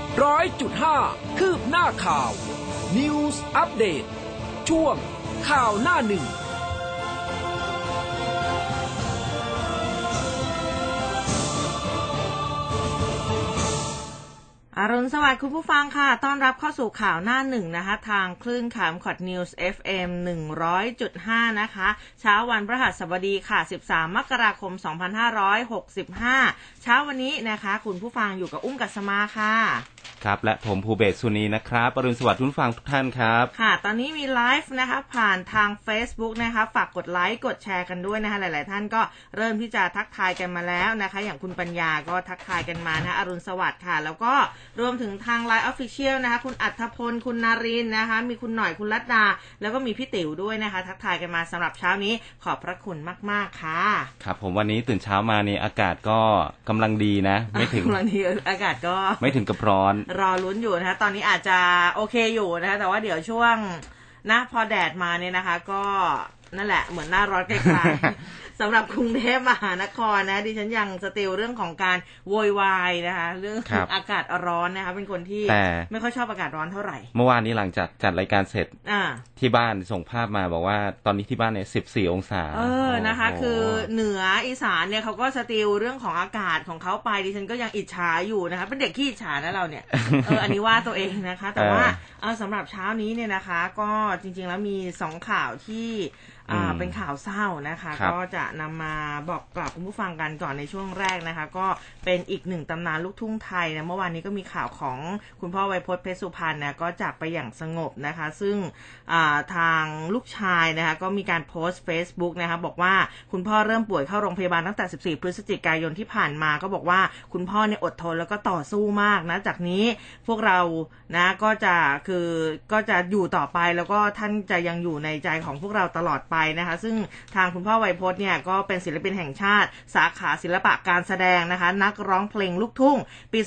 100.5 คืบหน้าข่าว News Update ช่วงข่าวหน้าหนึ่งอรุณสวัสดิ์คุณผู้ฟังค่ะต้อนรับเข้าสู่ข่าวหน้าหนึ่งนะคะทางคลื่นข่าวคอดนิวส์ FM 100.5 นะคะเช้าวันพฤหัสบดีค่ะ13มกราคม2565เช้าวันนี้นะคะคุณผู้ฟังอยู่กับอุ้มกัสมาค่ะครับและผมภูเบศสุนีนะครับอรุณสวัสดิ์คุณผู้ฟังทุกท่านครับค่ะตอนนี้มีไลฟ์นะคะผ่านทาง Facebook นะคะฝากกดไลค์กดแชร์กันด้วยนะคะหลายๆท่านก็เริ่มที่จะทักทายกันมาแล้วนะคะอย่างคุณปัญญาก็ทักทายกันมานะอรุณสวัสดิ์ค่ะแล้วก็รวมถึงทาง LINE Official นะคะคุณอัฏฐพลคุณนารินนะคะมีคุณหน่อยคุณรัตดาแล้วก็มีพี่ติ๋วด้วยนะคะทักทายกันมาสำหรับเช้านี้ขอบพระคุณมากๆค่ะครับผมวันนี้ตื่นเช้ามานี่อากาศก็กำลังดีนะไม่ถึงกำลังดีอากาศก็ไม่ถึงกับร้อนรอลุ้นอยู่นะคะตอนนี้อาจจะโอเคอยู่นะคะแต่ว่าเดี๋ยวช่วงนะพอแดดมาเนี่ยนะคะก็นั่นแหละเหมือนหน้าร้อนไกลๆสำหรับกรุงเทพมหานครนะดิฉันยังสติลเรื่องของการโวยวายนะคะเรื่องอากาศร้อนนะคะเป็นคนที่ไม่ค่อยชอบอากาศร้อนเท่าไหร่เมื่อวานนี้หลังจากจัดรายการเสร็จที่บ้านส่งภาพมาบอกว่าตอนนี้ที่บ้านเนี่ย14องศานะคะคือเหนืออีสานเนี่ยเขาก็สติลเรื่องของอากาศของเขาไปดิฉันก็ยังอิจฉาอยู่นะคะเป็นเด็กขี้อิจฉานะเราเนี่ยอันนี้ว่าตัวเองนะคะแต่ว่าสำหรับเช้านี้เนี่ยนะคะก็จริงๆแล้วมี2ข่าวที่เป็นข่าวเศร้านะคะก็จะนำมาบอกกล่าวคุณผู้ฟังกันก่อนในช่วงแรกนะคะก็เป็นอีกหนึ่งตำนานลูกทุ่งไทยนะเมื่อวานนี้ก็มีข่าวของคุณพ่อไวยพจน์เพชรสุพรรณนะก็จากไปอย่างสงบนะคะซึ่งทางลูกชายนะคะก็มีการโพสต์ Facebook นะคะบอกว่าคุณพ่อเริ่มป่วยเข้าโรงพยาบาลตั้งแต่14พฤศจิกายนที่ผ่านมาก็บอกว่าคุณพ่อเนี่ยอดทนแล้วก็ต่อสู้มากนะจากนี้พวกเรานะก็จะอยู่ต่อไปแล้วก็ท่านจะยังอยู่ในใจของพวกเราตลอดไปนะคะซึ่งทางคุณพ่อไวยพจน์เนี่ยก็เป็นศิลปินแห่งชาติสาขาศิลปะการแสดงนะคะนักร้องเพลงลูกทุ่งปี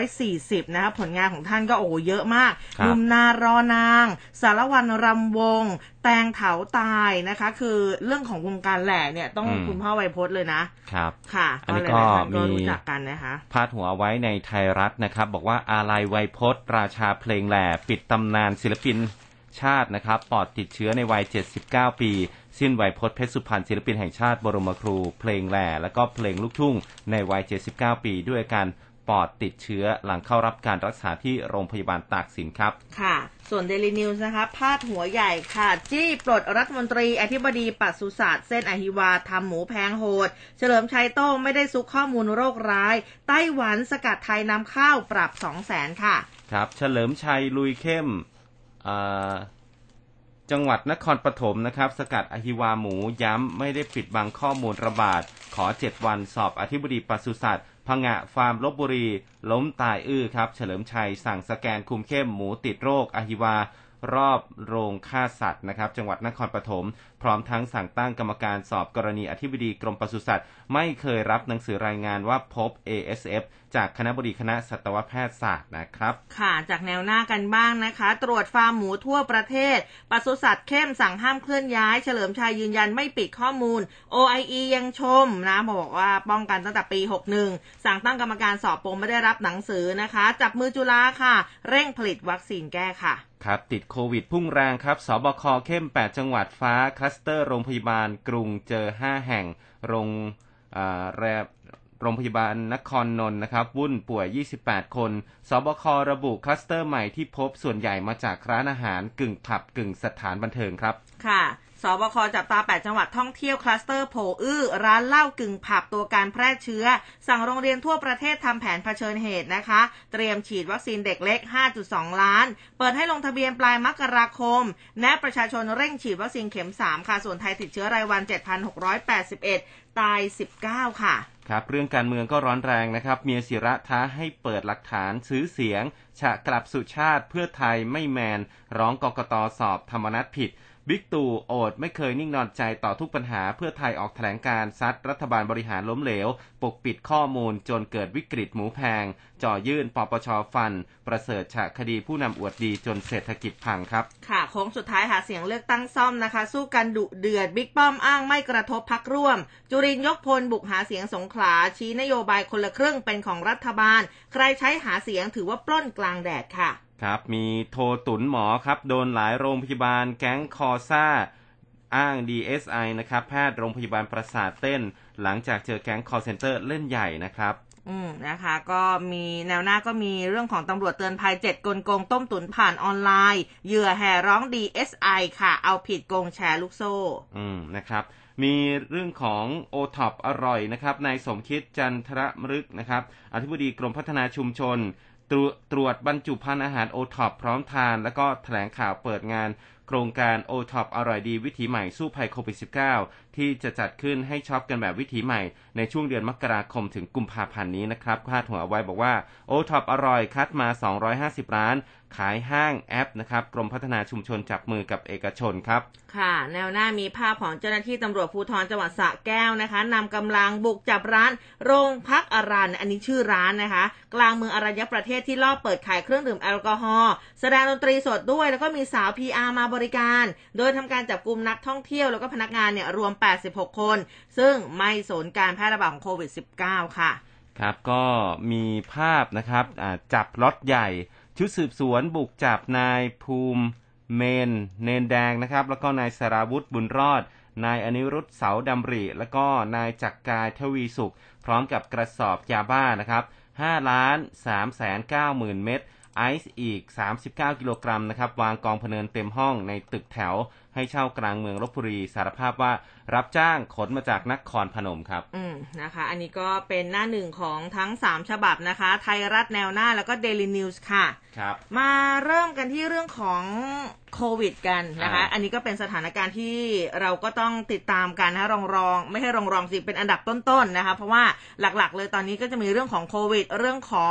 2540นะคะผลงานของท่านก็เยอะมากหนุ่มนารอนางสารวัตรรำวงแตงเถาตายนะคะคือเรื่องของวงการแหล่เนี่ยต้องคุณพ่อไวยพจน์เลยนะครับค่ะอันนี้ก็มีรู้จักกันนะคะพาดหัวไว้ในไทยรัฐนะครับบอกว่าอาลัยไวยพจน์ราชาเพลงแหล่ปิดตำนานศิลปินชาตินะครับปอดติดเชื้อในวัย79ปีสิ้นไวยพจน์เพชรสุพรรณศิลปินแห่งชาติบรมครูเพลงแหล่และก็เพลงลูกทุ่งในวัย79ปีด้วยอาการปอดติดเชื้อหลังเข้ารับการรักษาที่โรงพยาบาลตากสินครับค่ะส่วน Daily News นะคะพาดหัวใหญ่ค่ะจี้ปลดรัฐมนตรีอธิบดีปศุสัตว์เส้นอหิวาทำหมูแพงโหดเฉลิมชัยโต้งไม่ได้ซุกข้อมูลโรคร้ายไต้หวันสกัดไทยนำข้าวปรับ 200,000 ค่ะครับเฉลิมชัยลุยเข้มจังหวัดนครปฐมนะครับสกัดอหิวาหมูย้ำไม่ได้ปิดบังข้อมูลระบาดขอ7วันสอบอธิบดีปศุสัตว์ผงะฟาร์มลพบุรีล้มตายครับเฉลิมชัยสั่งสแกนคุมเข้มหมูติดโรคอหิวารอบโรงฆ่าสัตว์นะครับจังหวัดนครปฐมพร้อมทั้งสั่งตั้งกรรมการสอบกรณีอธิบดีกรมปศุสัตว์ไม่เคยรับหนังสือรายงานว่าพบ ASF จากคณบดีคณะสัตวแพทยศาสตร์นะครับค่ะจากแนวหน้ากันบ้างนะคะตรวจฟาร์มหมูทั่วประเทศปศุสัตว์เข้มสั่งห้ามเคลื่อนย้ายเฉลิมชัยยืนยันไม่ปิดข้อมูล OIE ยังชมนะบอกว่าป้องกันตั้งแต่ปี61สั่งตั้งกรรมการสอบปมไม่ได้รับหนังสือนะคะจับมือจุฬาค่ะเร่งผลิตวัคซีนแก้ค่ะครับติดโควิดพุ่งแรงครับสบคเข้ม8จังหวัดฟ้าคลัสเตอร์โรงพยาบาลกรุงเจอ5แห่งโรงพยาบาลนครนนท์นะครับวุ่นป่วย28คนสบคระบุคลัสเตอร์ใหม่ที่พบส่วนใหญ่มาจากร้านอาหารกึ่งผับกึ่งสถานบันเทิงครับค่ะสบคจับตา8จังหวัดท่องเที่ยวคลัสเตอร์โผร้านเหล้ากึ่งผับตัวการแพร่เชื้อสั่งโรงเรียนทั่วประเทศทำแผนเผชิญเหตุนะคะเตรียมฉีดวัคซีนเด็กเล็ก 5.2 ล้านเปิดให้ลงทะเบียนปลายมกราคมแนะประชาชนเร่งฉีดวัคซีนเข็ม3ค่ะส่วนไทยติดเชื้อรายวัน 7,681 ตาย19ค่ะครับเรื่องการเมืองก็ร้อนแรงนะครับเมียศิระท้าให้เปิดหลักฐานซื้อเสียงฉะกลับสุชาติเพื่อไทยไม่แมนร้องกกต.สอบธรรมนัสผิดบิ๊กตู่โอดไม่เคยนิ่งนอนใจต่อทุกปัญหาเพื่อไทยออกแถลงการซัดรัฐบาลบริหารล้มเหลวปกปิดข้อมูลจนเกิดวิกฤตหมูแพงจ่อยื่นปปช.ฟันประเสริฐฉะคดีผู้นำอวดดีจนเศรษฐกิจพังครับค่ะโค้งสุดท้ายหาเสียงเลือกตั้งซ่อมนะคะสู้กันดุเดือดบิ๊กป้อมอ้างไม่กระทบพรรคร่วมจุรินทร์ยกพลบุกหาเสียงสงขลาชี้นโยบายคนละครึ่งเป็นของรัฐบาลใครใช้หาเสียงถือว่าปล้นกลางแดดค่ะครับมีโทตุนหมอครับโดนหลายโรงพยาบาลแก๊งคอซ่าอ้าง DSI นะครับแพทย์โรงพยาบาลประสาทเต้นหลังจากเจอแก๊งคอลเซ็นเตอร์เล่นใหญ่นะครับนะคะก็มีแนวหน้าก็มีเรื่องของตำรวจเตือนภัย7กลโกงต้มตุ๋นผ่านออนไลน์เหยื่อแห่ร้อง DSI ค่ะเอาผิดโกงแชร์ลูกโซ่นะครับมีเรื่องของโอท็อปอร่อยนะครับนายสมคิดจันทรมฤกษ์นะครับอธิบดีกรมพัฒนาชุมชนตรวจบรรจุภัณฑ์อาหารโอท็อปพร้อมทานแล้วก็แถลงข่าวเปิดงานโครงการโอท็อปอร่อยดีวิถีใหม่สู้ภัยโควิด -19 ที่จะจัดขึ้นให้ช็อปกันแบบวิถีใหม่ในช่วงเดือนมกราคมถึงกุมภาพันธ์นี้นะครับคาดหัวเอาไว้บอกว่าโอท็อปอร่อยคัดมา250ร้านขายห้างแอปนะครับกรมพัฒนาชุมชนจับมือกับเอกชนครับค่ะแนวหน้ามีภาพของเจ้าหน้าที่ตำรวจภูธรจังหวัดสระแก้วนะคะนำกำลังบุกจับร้านโรงพักอรัญอันนี้ชื่อร้านนะคะกลางเมืองอรัญญประเทศที่ลอบเปิดขายเครื่องดื่มแอลกอฮอล์แสดงดนตรีสดด้วยแล้วก็มีสาว PR มาบริการโดยทำการจับกุมนักท่องเที่ยวแล้วก็พนักงานเนี่ยรวม86คนซึ่งไม่สนการแพร่ระบาดของโควิด -19 ค่ะครับก็มีภาพนะครับจับล็อตใหญ่ชุดสืบสวนบุกจับนายภูมิเนนแดงนะครับแล้วก็นายสราวุธบุญรอดนายอนิรุตเสาดำริแล้วก็นายจักรกายทวีสุขพร้อมกับกระสอบยาบ้านะครับ5,390,000 เม็ดไอซ์อีก39กิโลกรัมนะครับวางกองพเนินเต็มห้องในตึกแถวให้เช่ากลางเมืองลพบุรีสารภาพว่ารับจ้างขนมาจากนครพนมครับนะคะอันนี้ก็เป็นหน้าหนึ่งของทั้ง3ฉบับนะคะไทยรัฐแนวหน้าแล้วก็ Daily News ค่ะครับมาเริ่มกันที่เรื่องของโควิดกันนะคะอันนี้ก็เป็นสถานการณ์ที่เราก็ต้องติดตามกันนะรองไม่ให้รองสิเป็นอันดับต้นๆนะคะเพราะว่าหลักๆเลยตอนนี้ก็จะมีเรื่องของโควิดเรื่องของ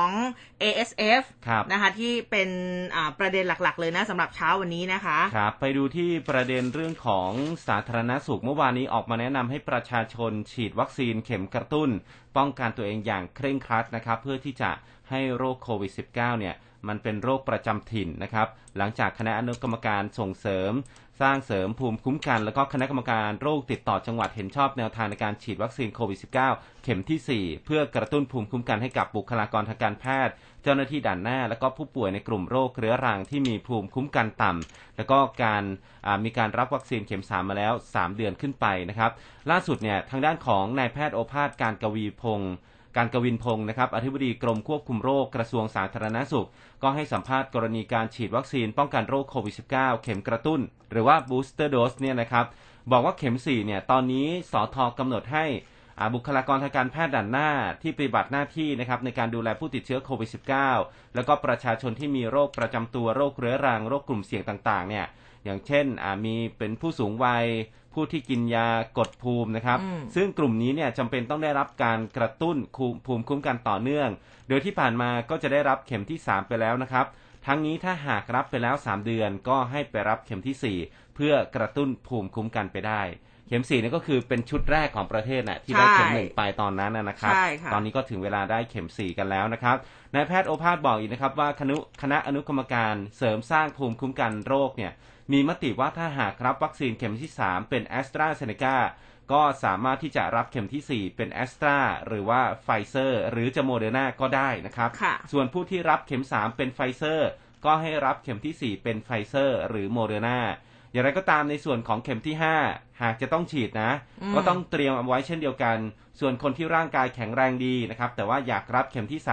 ASF นะคะที่เป็นประเด็นหลักๆเลยนะสำหรับเช้าวันนี้นะคะครับไปดูที่ประเด็นเรื่องของสาธารณสุขเมื่อวานนี้ออกมาแนะนำให้ประชาชนฉีดวัคซีนเข็มกระตุ้นป้องกันตัวเองอย่างเคร่งครัดนะครับเพื่อที่จะให้โรคโควิด -19 เนี่ยมันเป็นโรคประจำถิ่นนะครับหลังจากคณะอนุกรรมการส่งเสริมสร้างเสริมภูมิคุ้มกันแล้วก็คณะกรรมการโรคติดต่อจังหวัดเห็นชอบแนวทางในการฉีดวัคซีนโควิด -19 เข็มที่4เพื่อกระตุ้นภูมิคุ้มกันให้กับบุคลากรทางการแพทย์เจ้าหน้าที่ด่านหน้าแล้วก็ผู้ป่วยในกลุ่มโรคเรื้อรังที่มีภูมิคุ้มกันต่ำแล้วก็มีการรับวัคซีนเข็ม3มาแล้ว3เดือนขึ้นไปนะครับล่าสุดเนี่ยทางด้านของนายแพทย์โอภาสการกวินพงศ์นะครับอธิบดีกรมควบคุมโรคกระทรวงสาธารณสุขก็ให้สัมภาษณ์กรณีการฉีดวัคซีนป้องกันโรคโควิด -19 เข็มกระตุ้นหรือว่า booster dose เนี่ยนะครับบอกว่าเข็ม4เนี่ยตอนนี้สธ.กำหนดให้บุคลากรทางการแพทย์ด่านหน้าที่ปฏิบัติหน้าที่นะครับในการดูแลผู้ติดเชื้อโควิด -19 แล้วก็ประชาชนที่มีโรคประจำตัวโรคเรื้อรังโรคกลุ่มเสี่ยงต่างๆเนี่ยอย่างเช่นมีเป็นผู้สูงวัยผู้ที่กินยากดภูมินะครับซึ่งกลุ่มนี้เนี่ยจำเป็นต้องได้รับการกระตุ้นภูมิคุ้มกันต่อเนื่องโดยที่ผ่านมาก็จะได้รับเข็มที่3ไปแล้วนะครับทั้งนี้ถ้าหากรับไปแล้ว3เดือนก็ให้ไปรับเข็มที่4เพื่อกระตุ้นภูมิคุ้มกันไปได้เข็ม4นี่ก็คือเป็นชุดแรกของประเทศที่ได้เข็ม1ไปตอนนั้นนะครับตอนนี้ก็ถึงเวลาได้เข็ม4กันแล้วนะครับนายแพทย์โอภาสบอกอีกนะครับว่าคณะอนุกรรมการเสริมสร้างภูมิคุ้มกันโรคเนี่ยมีมติว่าถ้าหากรับวัคซีนเข็มที่3เป็นแอสตราเซเนกาก็สามารถที่จะรับเข็มที่4เป็นแอสตราหรือว่าไฟเซอร์หรือจะโมเดอร์นาก็ได้นะครับส่วนผู้ที่รับเข็ม3เป็นไฟเซอร์ก็ให้รับเข็มที่4เป็นไฟเซอร์หรือโมเดอร์นาอย่างไรก็ตามในส่วนของเข็มที่5หากจะต้องฉีดนะก็ต้องเตรียมเอาไว้เช่นเดียวกันส่วนคนที่ร่างกายแข็งแรงดีนะครับแต่ว่าอยากรับเข็มที่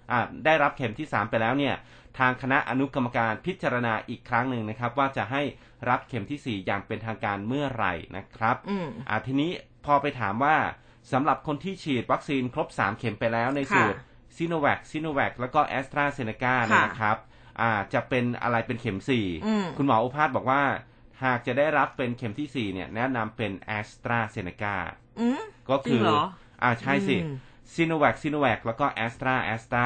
3ได้รับเข็มที่3ไปแล้วเนี่ยทางคณะอนุกรรมการพิจารณาอีกครั้งหนึ่งนะครับว่าจะให้รับเข็มที่4อย่างเป็นทางการเมื่อไหร่นะครับทีนี้พอไปถามว่าสำหรับคนที่ฉีดวัคซีนครบ3เข็มไปแล้วในสูตรซิโนแวคแล้วก็แอสตราเซเนกานะครับจะเป็นอะไรเป็นเข็ม4คุณหมอโอภาสบอกว่าหากจะได้รับเป็นเข็มที่4เนี่ยแนะนำเป็นแอสตราเซเนกาก็คือใช่สิซิโนแวคแล้วก็แอสตรา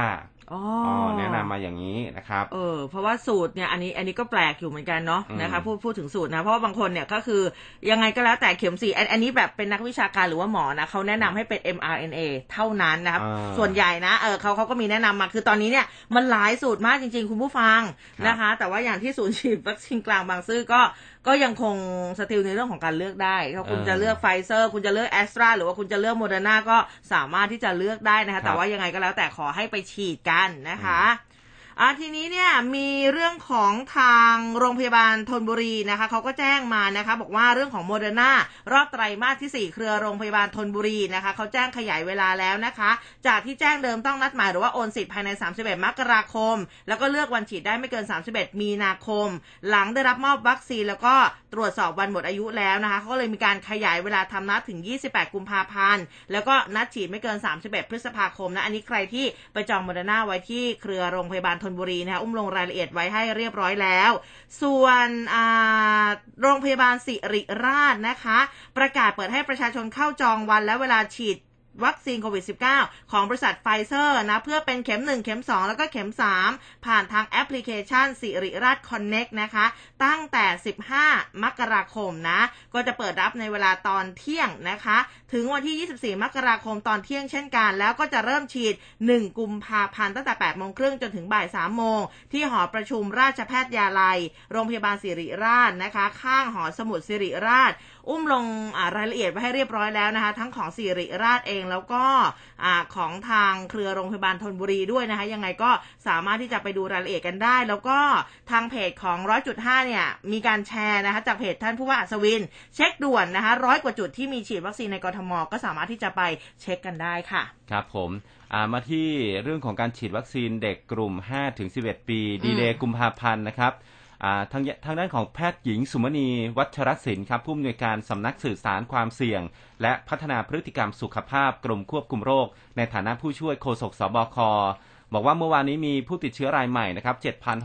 แนะนำมาอย่างนี้นะครับเพราะว่าสูตรเนี่ยอันนี้ก็แปลกอยู่เหมือนกันเนาะนะคะพูดถึงสูตรนะเพราะว่าบางคนเนี่ยก็คือยังไงก็แล้วแต่เข็ม4อันนี้แบบเป็นนักวิชาการหรือว่าหมอนะเขาแนะนำให้เป็น mRNA เท่านั้นนะครับส่วนใหญ่นะเขาก็มีแนะนำมาคือตอนนี้เนี่ยมันหลายสูตรมากจริงๆคุณผู้ฟังนะคะแต่ว่าอย่างที่ศูนย์ฉีดวัคซีนกลางบางซื่อก็ยังคงสติลในเรื่องของการเลือกได้ถ้าคุณจะเลือกไฟเซอร์คุณจะเลือกแอสตราหรือว่าคุณจะเลือกโมเดอร์นาก็สามารถที่จะเลือกได้นะคะแต่ว่ายังไงก็แล้วแต่ขอให้ไปฉีดกันนะคะทีนี้เนี่ยมีเรื่องของทางโรงพยาบาลธนบุรีนะคะเขาก็แจ้งมานะคะบอกว่าเรื่องของโมเดอร์นารอบไตรมาสที่4เครือโรงพยาบาลธนบุรีนะคะเขาแจ้งขยายเวลาแล้วนะคะจากที่แจ้งเดิมต้องนัดหมายหรือว่าโอนสิทธิ์ภายใน31มกราคมแล้วก็เลือกวันฉีดได้ไม่เกิน31มีนาคมหลังได้รับมอบวัคซีนแล้วก็ตรวจสอบวันหมดอายุแล้วนะคะเขาก็เลยมีการขยายเวลาทำนัดถึง28กุมภาพันธ์แล้วก็นัดฉีดไม่เกิน31พฤษภาคมนะอันนี้ใครที่ไปจองโมเดอร์นาไว้ที่เครือโรงพยาบาลธนบุรีนะคะลงรายละเอียดไว้ให้เรียบร้อยแล้วส่วนโรงพยาบาลศิริราชนะคะประกาศเปิดให้ประชาชนเข้าจองวันและเวลาฉีดวัคซีนโควิด -19 ของบริษัทไฟเซอร์นะเพื่อเป็นเข็ม1เข็ม2แล้วก็เข็ม3ผ่านทางแอปพลิเคชันศิริราชคอนเน็กนะคะตั้งแต่15มกราคมนะก็จะเปิดรับในเวลาตอนเที่ยงนะคะถึงวันที่24มกราคมตอนเที่ยงเช่นกันแล้วก็จะเริ่มฉีด1กุมภาพันธ์ตั้งแต่8:30 นจนถึงบ่าย3 โมงที่หอประชุมราชแพทยาลัยโรงพยาบาลศิริราชนะคะข้างหอสมุดศิริราชลงรายละเอียดไว้ให้เรียบร้อยแล้วนะคะทั้งของศิริราชเองแล้วก็ของทางเครือโรงพยาบาลธนบุรีด้วยนะคะยังไงก็สามารถที่จะไปดูรายละเอียดกันได้แล้วก็ทางเพจของ 100.5 เนี่ยมีการแชร์นะคะจากเพจท่านผู้ว่าอัศวินเช็คด่วนนะคะ100 กว่าจุดที่มีฉีดวัคซีนในกทมก็สามารถที่จะไปเช็คกันได้ค่ะครับผมมาที่เรื่องของการฉีดวัคซีนเด็กกลุ่ม 5-11 ปีดีเลย์กุมภาพันธ์นะครับทางด้านของแพทย์หญิงสุมณีวัชรศิลป์ครับผู้อำนวยการสำนักสื่อสารความเสี่ยงและพัฒนาพฤติกรรมสุขภาพกรมควบคุมโรคในฐานะผู้ช่วยโฆษกสบคบอกว่าเมื่อวานนี้มีผู้ติดเชื้อรายใหม่นะครับ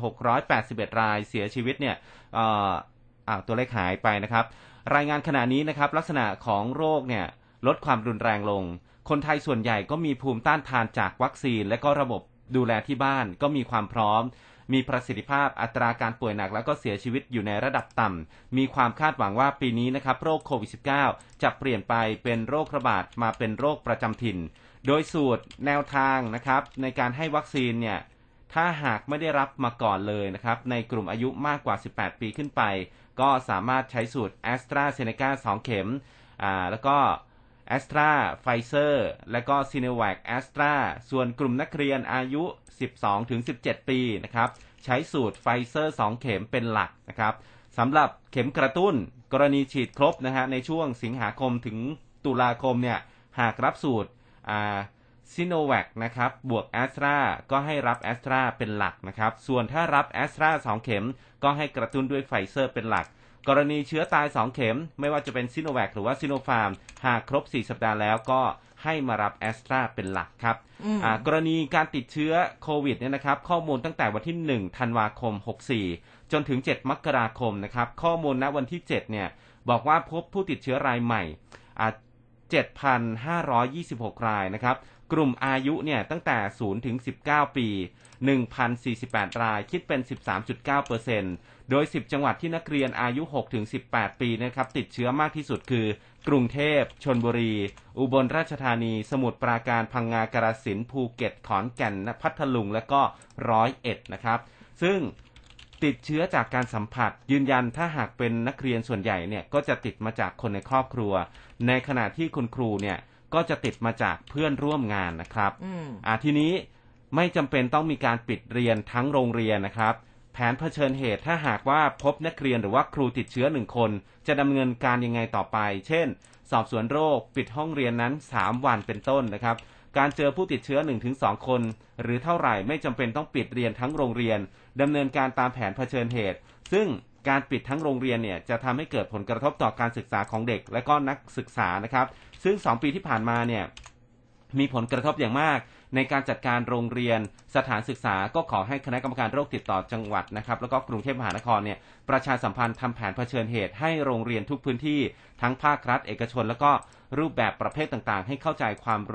7,681 รายเสียชีวิตเนี่ยตัวเลขหายไปนะครับรายงานขณะนี้นะครับลักษณะของโรคเนี่ยลดความรุนแรงลงคนไทยส่วนใหญ่ก็มีภูมิต้านทานจากวัคซีนและก็ระบบดูแลที่บ้านก็มีความพร้อมมีประสิทธิภาพอัตราการป่วยหนักแล้วก็เสียชีวิตอยู่ในระดับต่ำมีความคาดหวังว่าปีนี้นะครับโรคโควิด -19 จะเปลี่ยนไปเป็นโรคระบาดมาเป็นโรคประจำถิ่นโดยสูตรแนวทางนะครับในการให้วัคซีนเนี่ยถ้าหากไม่ได้รับมาก่อนเลยนะครับในกลุ่มอายุมากกว่า18 ปีขึ้นไปก็สามารถใช้สูตร AstraZeneca 2 เข็มแล้วก็แอสตราไฟเซอร์และก็ซีโนแวคแอสตราส่วนกลุ่มนักเรียนอายุ 12-17 ปีนะครับใช้สูตรไฟเซอร์2 เข็มเป็นหลักนะครับสำหรับเข็มกระตุ้นกรณีฉีดครบนะฮะในช่วงสิงหาคมถึงตุลาคมเนี่ยหากรับสูตรซีโนแวคนะครับบวกแอสตราก็ให้รับแอสตราเป็นหลักนะครับส่วนถ้ารับแอสตรา2 เข็มก็ให้กระตุ้นด้วยไฟเซอร์เป็นหลักกรณีเชื้อตาย2 เข็มไม่ว่าจะเป็นซิโนแวคหรือว่าซิโนฟาร์มหากครบ4 สัปดาห์แล้วก็ให้มารับแอสตราเป็นหลักครับกรณีการติดเชื้อโควิดเนี่ยนะครับข้อมูลตั้งแต่วันที่1ธันวาคม64จนถึง7มกราคมนะครับข้อมูลณวันที่7เนี่ยบอกว่าพบผู้ติดเชื้อรายใหม่7,526 รายนะครับกลุ่มอายุเนี่ยตั้งแต่0ถึง19 ปี 1,048 รายคิดเป็น 13.9% โดย10จังหวัดที่นักเรียนอายุ6ถึง18 ปีนะครับติดเชื้อมากที่สุดคือกรุงเทพชลบุรีอุบลราชธานีสมุทรปราการพังงากาฬสินธุ์ภูเก็ตขอนแก่นพัทลุงและก็101นะครับซึ่งติดเชื้อจากการสัมผัสยืนยันถ้าหากเป็นนักเรียนส่วนใหญ่เนี่ยก็จะติดมาจากคนในครอบครัวในขณะที่คุณครูเนี่ยก็จะติดมาจากเพื่อนร่วมงานนะครับทีนี้ไม่จำเป็นต้องมีการปิดเรียนทั้งโรงเรียนนะครับแผนเผชิญเหตุถ้าหากว่าพบนักเรียนหรือว่าครูติดเชื้อ1 คนจะดำเนินการยังไงต่อไปเช่นสอบสวนโรคปิดห้องเรียนนั้น3 วันเป็นต้นนะครับการเจอผู้ติดเชื้อ 1-2 คนหรือเท่าไหร่ไม่จำเป็นต้องปิดเรียนทั้งโรงเรียนดำเนินการตามแผนเผชิญเหตุซึ่งการปิดทั้งโรงเรียนเนี่ยจะทำให้เกิดผลกระทบต่อการศึกษาของเด็กและก็นักศึกษานะครับซึ่ง2 ปีที่ผ่านมาเนี่ยมีผลกระทบอย่างมากในการจัดการโรงเรียนสถานศึกษาก็ขอให้คณะกรรมการโรคติดต่อจังหวัดนะครับแล้วก็กรุงเทพมหานครเนี่ยประชาสัมพันธ์ทำแผนเผชิญเหตุให้โรงเรียนทุกพื้นที่ทั้งภาครัฐเอกชนแล้วก็รูปแบบประเภทต่างๆให้เข้าใจความ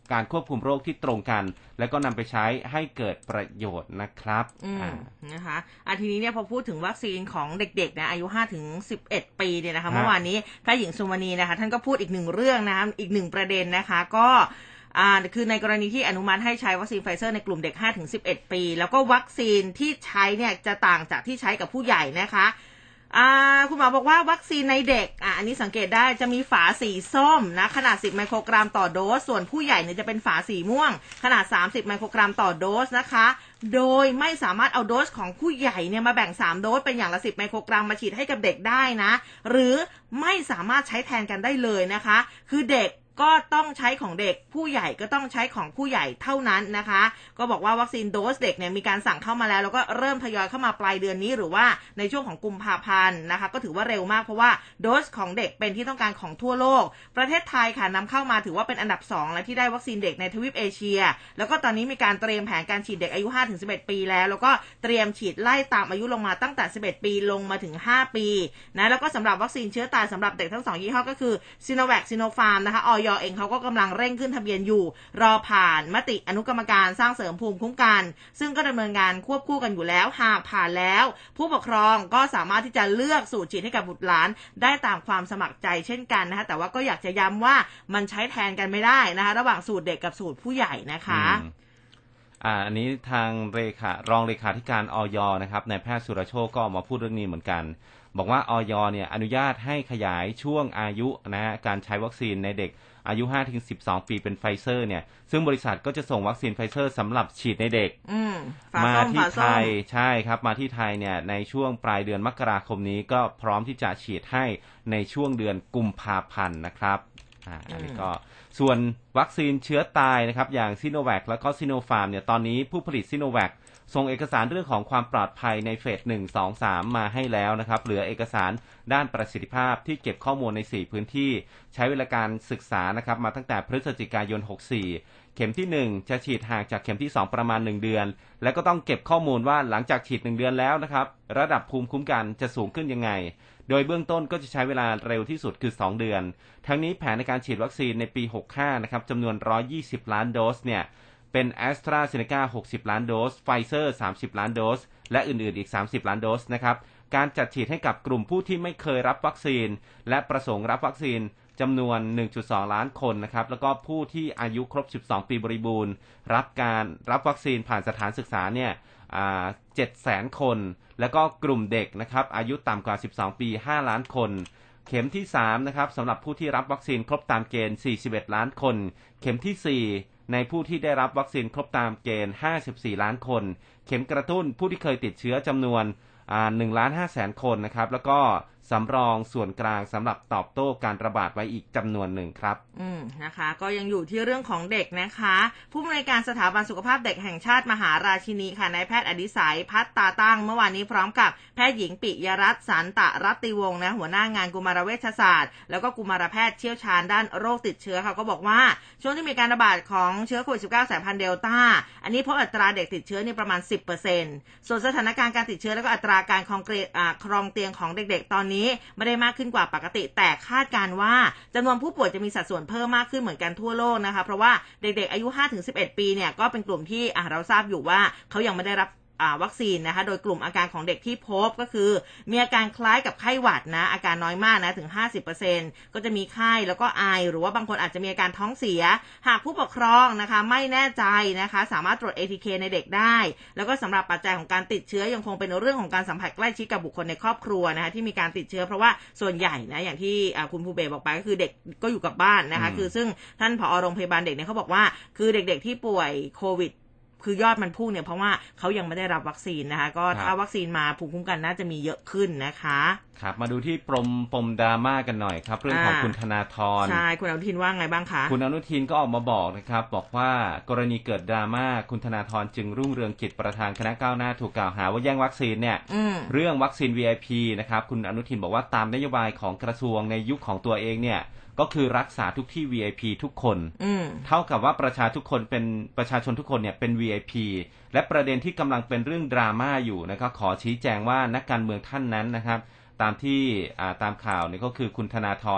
การควบคุมโรคที่ตรงกันแล้วก็นำไปใช้ให้เกิดประโยชน์นะครับนะคะทีนี้เนี่ยพอพูดถึงวัคซีนของเด็กๆนะอายุ5 ถึง 11 ปีเนี่ยนะคะเมื่อวานนี้แพทย์หญิงสุวรรณีนะคะท่านก็พูดอีกหนึ่งเรื่องนะคะอีกหนึ่งประเด็นนะคะก็คือในกรณีที่อนุมัติให้ใช้วัคซีนไฟเซอร์ในกลุ่มเด็ก 5-11 ปี แล้วก็วัคซีนที่ใช้เนี่ยจะต่างจากที่ใช้กับผู้ใหญ่นะคะคุณหมอบอกว่าวัคซีนในเด็กอันนี้สังเกตได้จะมีฝาสีส้มนะขนาด10ไมโครกรัมต่อโดสส่วนผู้ใหญ่เนี่ยจะเป็นฝาสีม่วงขนาด30ไมโครกรัมต่อโดสนะคะโดยไม่สามารถเอาโดสของผู้ใหญ่เนี่ยมาแบ่ง3โดสเป็นอย่างละ10ไมโครกรัมมาฉีดให้กับเด็กได้นะหรือไม่สามารถใช้แทนกันได้เลยนะคะคือเด็กก็ต้องใช้ของเด็กผู้ใหญ่ก็ต้องใช้ของผู้ใหญ่เท่านั้นนะคะก็บอกว่าวัคซีนโดสเด็กเนี่ยมีการสั่งเข้ามาแล้วก็เริ่มทยอยเข้ามาปลายเดือนนี้หรือว่าในช่วงของกุมภาพันธ์นะคะก็ถือว่าเร็วมากเพราะว่าโดสของเด็กเป็นที่ต้องการของทั่วโลกประเทศไทยค่ะนำเข้ามาถือว่าเป็นอันดับ2และที่ได้วัคซีนเด็กในทวีปเอเชียแล้วก็ตอนนี้มีการเตรียมแผนการฉีดเด็กอายุ 5-11 ปีแล้วก็เตรียมฉีดไล่ตามอายุลงมาตั้งแต่11 ปีลงมาถึง5ปีนะแล้วก็สำหรับวัคซีนเชื้อตายสำหรับเด็กทั้ง2ยี่ห้อก็คือซิโนแวคซิโนฟาร์มนะคะอย.เองเขาก็กำลังเร่งขึ้นทะเบียนอยู่รอผ่านมติอนุกรรมการสร้างเสริมภูมิคุ้มกันซึ่งก็ดำเนินการควบคู่กันอยู่แล้วหากผ่านแล้วผู้ปกครองก็สามารถที่จะเลือกสูตรฉีดให้กับบุตรหลานได้ตามความสมัครใจเช่นกันนะคะแต่ว่าก็อยากจะย้ำว่ามันใช้แทนกันไม่ได้นะคะระหว่างสูตรเด็กกับสูตรผู้ใหญ่นะคะอันนี้ทางรองเลขาธิการอย.นะครับนายแพทย์สุรโชคก็ออกมาพูดเรื่องนี้เหมือนกันบอกว่าอย.เนี่ยอนุญาตให้ขยายช่วงอายุนะฮะการใช้วัคซีนในเด็กอายุ 5-12 ปีเป็นไฟเซอร์เนี่ยซึ่งบริษัทก็จะส่งวัคซีนไฟเซอร์สำหรับฉีดในเด็กมาที่ไทยใช่ครับมาที่ไทยเนี่ยในช่วงปลายเดือนมกราคมนี้ก็พร้อมที่จะฉีดให้ในช่วงเดือนกุมภาพันธ์นะครับอันนี้ก็ส่วนวัคซีนเชื้อตายนะครับอย่างซิโนแวคแล้วก็ซิโนฟาร์มเนี่ยตอนนี้ผู้ผลิตซิโนแวคส่งเอกสารเรื่องของความปลอดภัยในเฟส 1, 2, 3 มาให้แล้วนะครับเหลือเอกสารด้านประสิทธิภาพที่เก็บข้อมูลใน4พื้นที่ใช้เวลาการศึกษานะครับมาตั้งแต่พฤศจิกายน 64เข็มที่1จะฉีดห่างจากเข็มที่2ประมาณ1เดือนแล้วก็ต้องเก็บข้อมูลว่าหลังจากฉีด1เดือนแล้วนะครับระดับภูมิคุ้มกันจะสูงขึ้นยังไงโดยเบื้องต้นก็จะใช้เวลาเร็วที่สุดคือ2เดือนทั้งนี้แผนในการฉีดวัคซีนในปี65นะครับจำนวน120ล้านโดสเนี่ยเป็น AstraZeneca 60ล้านโดส Pfizer 30ล้านโดสและอื่นๆอีก30ล้านโดสนะครับการจัดฉีดให้กับกลุ่มผู้ที่ไม่เคยรับวัคซีนและประสงค์รับวัคซีนจำนวน 1.2 ล้านคนนะครับแล้วก็ผู้ที่อายุครบ12ปีบริบูรณ์รับวัคซีนผ่านสถานศึกษาเนี่ย700,000 คนแล้วก็กลุ่มเด็กนะครับอายุต่ำกว่า12ปี5ล้านคนเข็มที่3นะครับสำหรับผู้ที่รับวัคซีนครบตามเกณฑ์41ล้านคนเข็มที่4ในผู้ที่ได้รับวัคซีนครบตามเกณฑ์54ล้านคนเข็มกระตุ้นผู้ที่เคยติดเชื้อจำนวน1,500,000 คนนะครับแล้วก็สำรองส่วนกลางสำหรับตอบโต้การระบาดไว้อีกจำนวนหนึ่งครับนะคะก็ยังอยู่ที่เรื่องของเด็กนะคะผู้อำนวยการสถาบันสุขภาพเด็กแห่งชาติมหาราชินีค่ะนายแพทย์อดิศัยพัฒตาตั้งเมื่อวานนี้พร้อมกับแพทย์หญิงปิยรัตน์สันตรัตติวงศ์นะหัวหน้างานกุมารเวชศาสตร์แล้วก็กุมารแพทย์เชี่ยวชาญด้านโรคติดเชื้อค่ะก็บอกว่าช่วงที่มีการระบาดของเชื้อโควิด -19 สายพันธุ์เดลต้าอันนี้พบอัตราเด็กติดเชื้อนี่ประมาณ 10% ส่วนสถานการณ์การติดเชื้อแล้วก็อัตราการครองเตียงของเด็กๆตอนนี้ไม่ได้มากขึ้นกว่าปกติแต่คาดการว่าจำนวนผู้ป่วยจะมีสัดส่วนเพิ่มมากขึ้นเหมือนกันทั่วโลกนะคะเพราะว่าเด็กๆอายุ 5-11 ปีเนี่ยก็เป็นกลุ่มที่เราทราบอยู่ว่าเขายังไม่ได้รับวัคซีนนะคะโดยกลุ่มอาการของเด็กที่พบก็คือมีอาการคล้ายกับไข้หวัดนะอาการน้อยมากนะถึง 50% ก็จะมีไข้แล้วก็ไอหรือว่าบางคนอาจจะมีอาการท้องเสียหากผู้ปกครองนะคะไม่แน่ใจนะคะสามารถตรวจ ATK ในเด็กได้แล้วก็สำหรับปัจจัยของการติดเชื้อยังคงเป็นเรื่องของการสัมผัสใกล้ชิดกับบุคคลในครอบครัวนะคะที่มีการติดเชื้อเพราะว่าส่วนใหญ่นะอย่างที่คุณภูเบศบอกไปก็คือเด็กก็อยู่กับบ้านนะคะคือซึ่งท่านผอ.โรงพยาบาลเด็กเนี่ยเขาบอกว่าคือเด็กๆที่ป่วยโควิดคือยอดมันพุ่งเนี่ยเพราะว่าเขายังไม่ได้รับวัคซีนนะคะก็ถ้าวัคซีนมาภูมิคุ้มกันน่าจะมีเยอะขึ้นนะคะครับมาดูที่ปมดราม่ากันหน่อยครับเรื่องของคุณธนาธรใช่คุณอนุทินว่าไงบ้างคะคุณอนุทินก็ออกมาบอกนะครับบอกว่ากรณีเกิดดราม่าคุณธนาธรจึงรุ่งเรืองกิจประธานคณะก้าวหน้าถูกกล่าวหาว่าแย่งวัคซีนเนี่ยเรื่องวัคซีน VIP นะครับคุณอนุทินบอกว่าตามนโยบายของกระทรวงในยุคของตัวเองเนี่ยก็คือรักษาทุกที่ VIP ทุกคนเท่ากับว่าประชาชนทุกคนเนี่ยเป็น VIP และประเด็นที่กำลังเป็นเรื่องดราม่าอยู่นะครับขอชี้แจงว่านักการเมืองท่านนั้นนะครับตามข่าวเนี่ยก็คือคุณธนาธรเนี่ย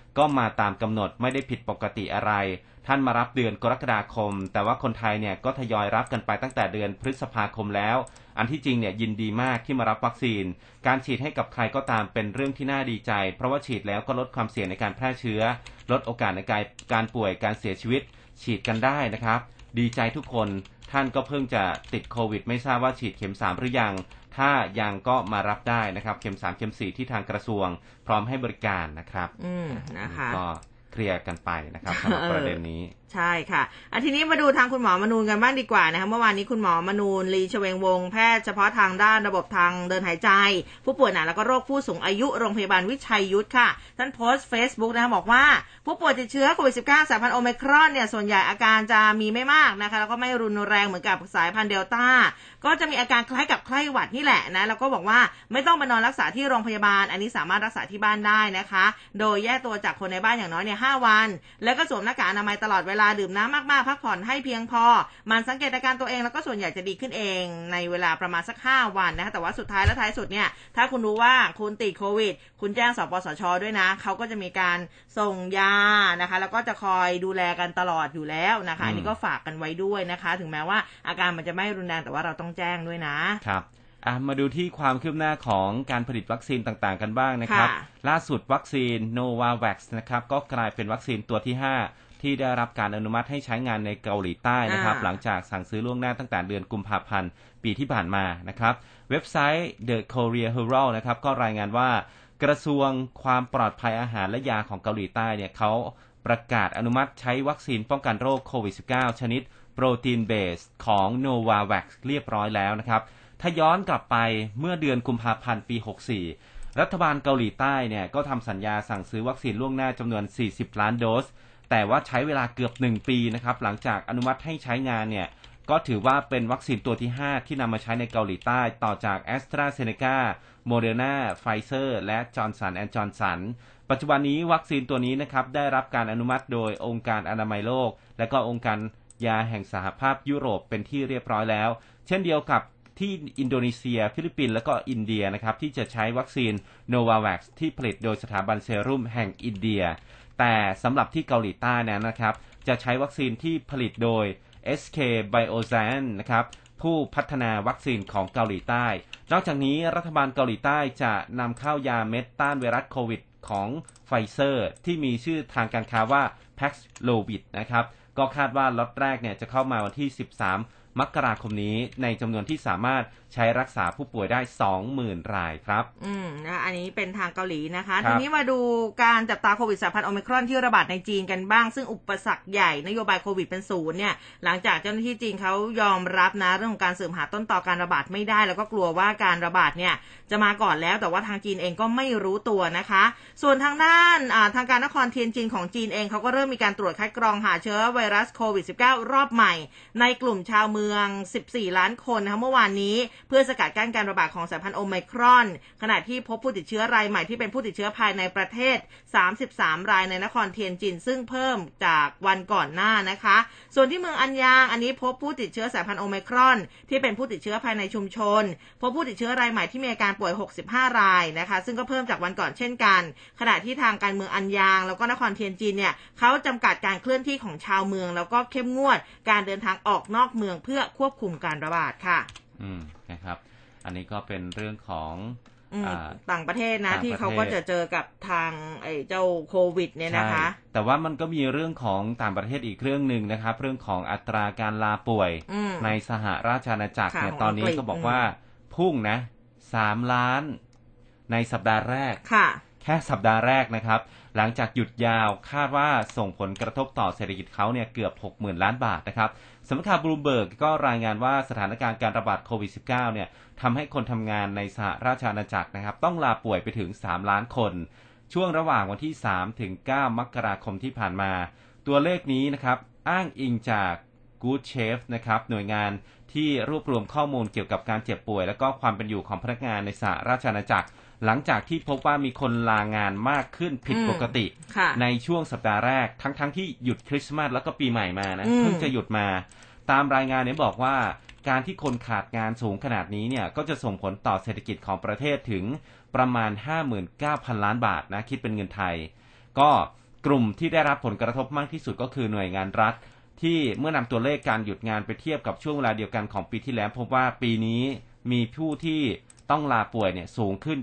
ก็มาตามกำหนดไม่ได้ผิดปกติอะไรท่านมารับเดือนกรกฎาคมแต่ว่าคนไทยเนี่ยก็ทยอยรับกันไปตั้งแต่เดือนพฤษภาคมแล้วอันที่จริงเนี่ยยินดีมากที่มารับวัคซีนการฉีดให้กับใครก็ตามเป็นเรื่องที่น่าดีใจเพราะว่าฉีดแล้วก็ลดความเสี่ยงในการแพร่เชื้อลดโอกาสในการป่วยการเสียชีวิตฉีดกันได้นะครับดีใจทุกคนท่านก็เพิ่งจะติดโควิดไม่ทราบว่าฉีดเข็ม3หรือยังถ้ายังก็มารับได้นะครับเข็ม3เข็ม4ที่ทางกระทรวงพร้อมให้บริการนะครับนะคะก็เคลียร์กันไปนะครับสำหรับประเด็นนี้ใช่ค่ะทีนี้มาดูทางคุณหมอมนูนกันบ้างดีกว่านะคะเมื่อวานนี้คุณหมอมนูนลีชเวงวงศ์แพทย์เฉพาะทางด้านระบบทางเดินหายใจผู้ป่วยหนักแล้วก็โรคผู้สูงอายุโรงพยาบาลวิชัยยุทธค่ะท่านโพสต์ Facebook นะคะบอกว่าผู้ป่วยติดเชื้อโควิด -19 สายพันธุ์โอไมครอนเนี่ยส่วนใหญ่อาการจะมีไม่มากนะคะแล้วก็ไม่รุนแรงเหมือนกับสายพันธุ์เดลต้าก็จะมีอาการคล้ายกับไข้หวัดนี่แหละนะแล้วก็บอกว่าไม่ต้องไปนอนรักษาที่โรงพยาบาลอันนี้สามารถรักษาที่บ้านได้นะคะโดยแยกตัวจากคนในบ้านอย่างน้อยเนี่ย5 วันแล้วก็สวมหน้ากากอนามัยตลอดเวลาดื่มน้ำมากๆพักผ่อนให้เพียงพอมันสังเกตอาการตัวเองแล้วก็ส่วนใหญ่จะดีขึ้นเองในเวลาประมาณสัก5 วันนะคะแต่ว่าสุดท้ายและท้ายสุดเนี่ยถ้าคุณรู้ว่าคุณติดโควิดคุณแจ้งสปสช.ด้วยนะเขาก็จะมีการส่งยานะคะแล้วก็จะคอยดูแลกันตลอดอยู่แล้วนะคะอันนี้ก็ฝากกันไว้ด้วยนะคะถึงแม้ว่าอาการมันจะไม่รุนแรงแต่ว่าเราต้องแจ้งด้วยนะครับมาดูที่ความคืบหน้าของการผลิตวัคซีนต่างๆกันบ้างนะครับล่าสุดวัคซีน Novavax นะครับก็กลายเป็นวัคซีนตัวที่5ที่ได้รับการอนุมัติให้ใช้งานในเกาหลีใต้นะครับหลังจากสั่งซื้อล่วงหน้าตั้งแต่เดือนกุมภาพันธ์ปีที่ผ่านมานะครับเว็บไซต์ The Korea Herald นะครับก็รายงานว่ากระทรวงความปลอดภัยอาหารและยาของเกาหลีใต้เนี่ยเขาประกาศอนุมัติใช้วัคซีนป้องกันโรคโควิด -19 ชนิดโปรตีนเบสของ Novavax เรียบร้อยแล้วนะครับถ้าย้อนกลับไปเมื่อเดือนกุมภาพันธ์ปี64รัฐบาลเกาหลีใต้เนี่ยก็ทำสัญญาสั่งซื้อวัคซีนล่วงหน้าจำนวน40 ล้านโดสแต่ว่าใช้เวลาเกือบ1 ปีนะครับหลังจากอนุมัติให้ใช้งานเนี่ยก็ถือว่าเป็นวัคซีนตัวที่5ที่นำมาใช้ในเกาหลีใต้ต่อจาก AstraZeneca Moderna Pfizer และ Johnson & Johnson ปัจจุบันนี้วัคซีนตัวนี้นะครับได้รับการอนุมัติโดยองค์การอนามัยโลกและก็องค์การยาแห่งสหภาพยุโรปเป็นที่เรียบร้อยแล้วเช่นเดียวกับที่อินโดนีเซียฟิลิปปินส์และก็อินเดียนะครับที่จะใช้วัคซีน Novavax ที่ผลิตโดยสถาบันเซรุ่มแห่งอินเดียแต่สำหรับที่เกาหลีใต้นั้นนะครับจะใช้วัคซีนที่ผลิตโดย SK Bioscience นะครับผู้พัฒนาวัคซีนของเกาหลีใต้นอกจากนี้รัฐบาลเกาหลีใต้จะนำเข้ายาเม็ดต้านไวรัสโควิดของไฟเซอร์ที่มีชื่อทางการค้าว่า Paxlovid นะครับก็คาดว่าล็อตแรกเนี่ยจะเข้ามาวันที่13 มกราคมนี้ในจำนวนที่สามารถใช้รักษาผู้ป่วยได้ 20,000 รายครับนะอันนี้เป็นทางเกาหลีนะคะทีนี้มาดูการจับตาโควิดสายพันธุ์โอไมครอนที่ระบาดในจีนกันบ้างซึ่งอุปสรรคใหญ่นโยบายโควิดเป็นศูนย์เนี่ยหลังจากเจ้าหน้าที่จีนเขายอมรับนะเรื่องของการสืบหาต้นตอการระบาดไม่ได้แล้วก็กลัวว่าการระบาดเนี่ยจะมาก่อนแล้วแต่ว่าทางจีนเองก็ไม่รู้ตัวนะคะส่วนทางด้านทางการนครเทียนจินของจีนเองเขาก็เริ่มมีการตรวจคัดกรองหาเชื้อไวรัสโควิด -19 รอบใหม่ในกลุ่มชาวเมือง14 ล้านคนนะคะเมื่อวานนี้เพื่อสกัดกั้นการระบาดของสายพันธุ์โอไมครอนขณะที่พบผู้ติดเชื้อรายใหม่ที่เป็นผู้ติดเชื้อภายในประเทศ33 รายในนครเทียนจินซึ่งเพิ่มจากวันก่อนหน้านะคะส่วนที่เมืองอันยางอันนี้พบผู้ติดเชื้อสายพันธุ์โอไมครอนที่เป็นผู้ติดเชื้อภายในชุมชนพบผู้ติดเชื้อรายใหม่ที่มีอาการป่วย65 รายนะคะซึ่งก็เพิ่มจากวันก่อนเช่นกันขณะที่ทางการเมืองอันยางแล้วก็นครเทียนจินเนี่ยเขาจำกัดการเคลื่อนที่ของชาวเมืองแล้วก็เข้มงวดการเดินทางออกนอกเมืองเพื่อควบคุมการระบาดค่ะนะครับอันนี้ก็เป็นเรื่องของต่างประเทศนะที่เขาก็จะเจอกับทางเจ้าโควิดเนี่ยนะคะแต่ว่ามันก็มีเรื่องของต่างประเทศอีกเรื่องนึงนะครับเรื่องของอัตราการลาป่วยในสหราชอาณาจักรเนี่ยตอนนี้ก็บอกว่าพุ่งนะ3 ล้านในสัปดาห์แรกแค่สัปดาห์แรกนะครับหลังจากหยุดยาวคาดว่าส่งผลกระทบต่อเศรษฐกิจเขาเนี่ยเกือบ 60,000 ล้านบาทนะครับสำนักข่าวบลูมเบิร์กก็รายงานว่าสถานการณ์การระบาดโควิด -19 เนี่ยทำให้คนทำงานในสหราชอาณาจักรนะครับต้องลาป่วยไปถึง3 ล้านคนช่วงระหว่างวันที่3 ถึง 9 มกราคมที่ผ่านมาตัวเลขนี้นะครับอ้างอิงจาก Good Chef นะครับหน่วยงานที่รวบรวมข้อมูลเกี่ยวกับการเจ็บป่วยและก็ความเป็นอยู่ของพนักงานในสหราชอาณาจักรหลังจากที่พบว่ามีคนลางานมากขึ้นผิดปกติในช่วงสัปดาห์แรกทั้งที่หยุดคริสต์มาสแล้วก็ปีใหม่มานะเพิ่งจะหยุดมาตามรายงานเนี่ยบอกว่าการที่คนขาดงานสูงขนาดนี้เนี่ยก็จะส่งผลต่อเศรษฐกิจของประเทศถึงประมาณ 59,000 ล้านบาทนะคิดเป็นเงินไทยก็กลุ่มที่ได้รับผลกระทบมากที่สุดก็คือหน่วยงานรัฐที่เมื่อนำตัวเลขการหยุดงานไปเทียบกับช่วงเวลาเดียวกันของปีที่แล้วพบว่าปีนี้มีผู้ที่ต้องลาป่วยเนี่ยสูงขึ้น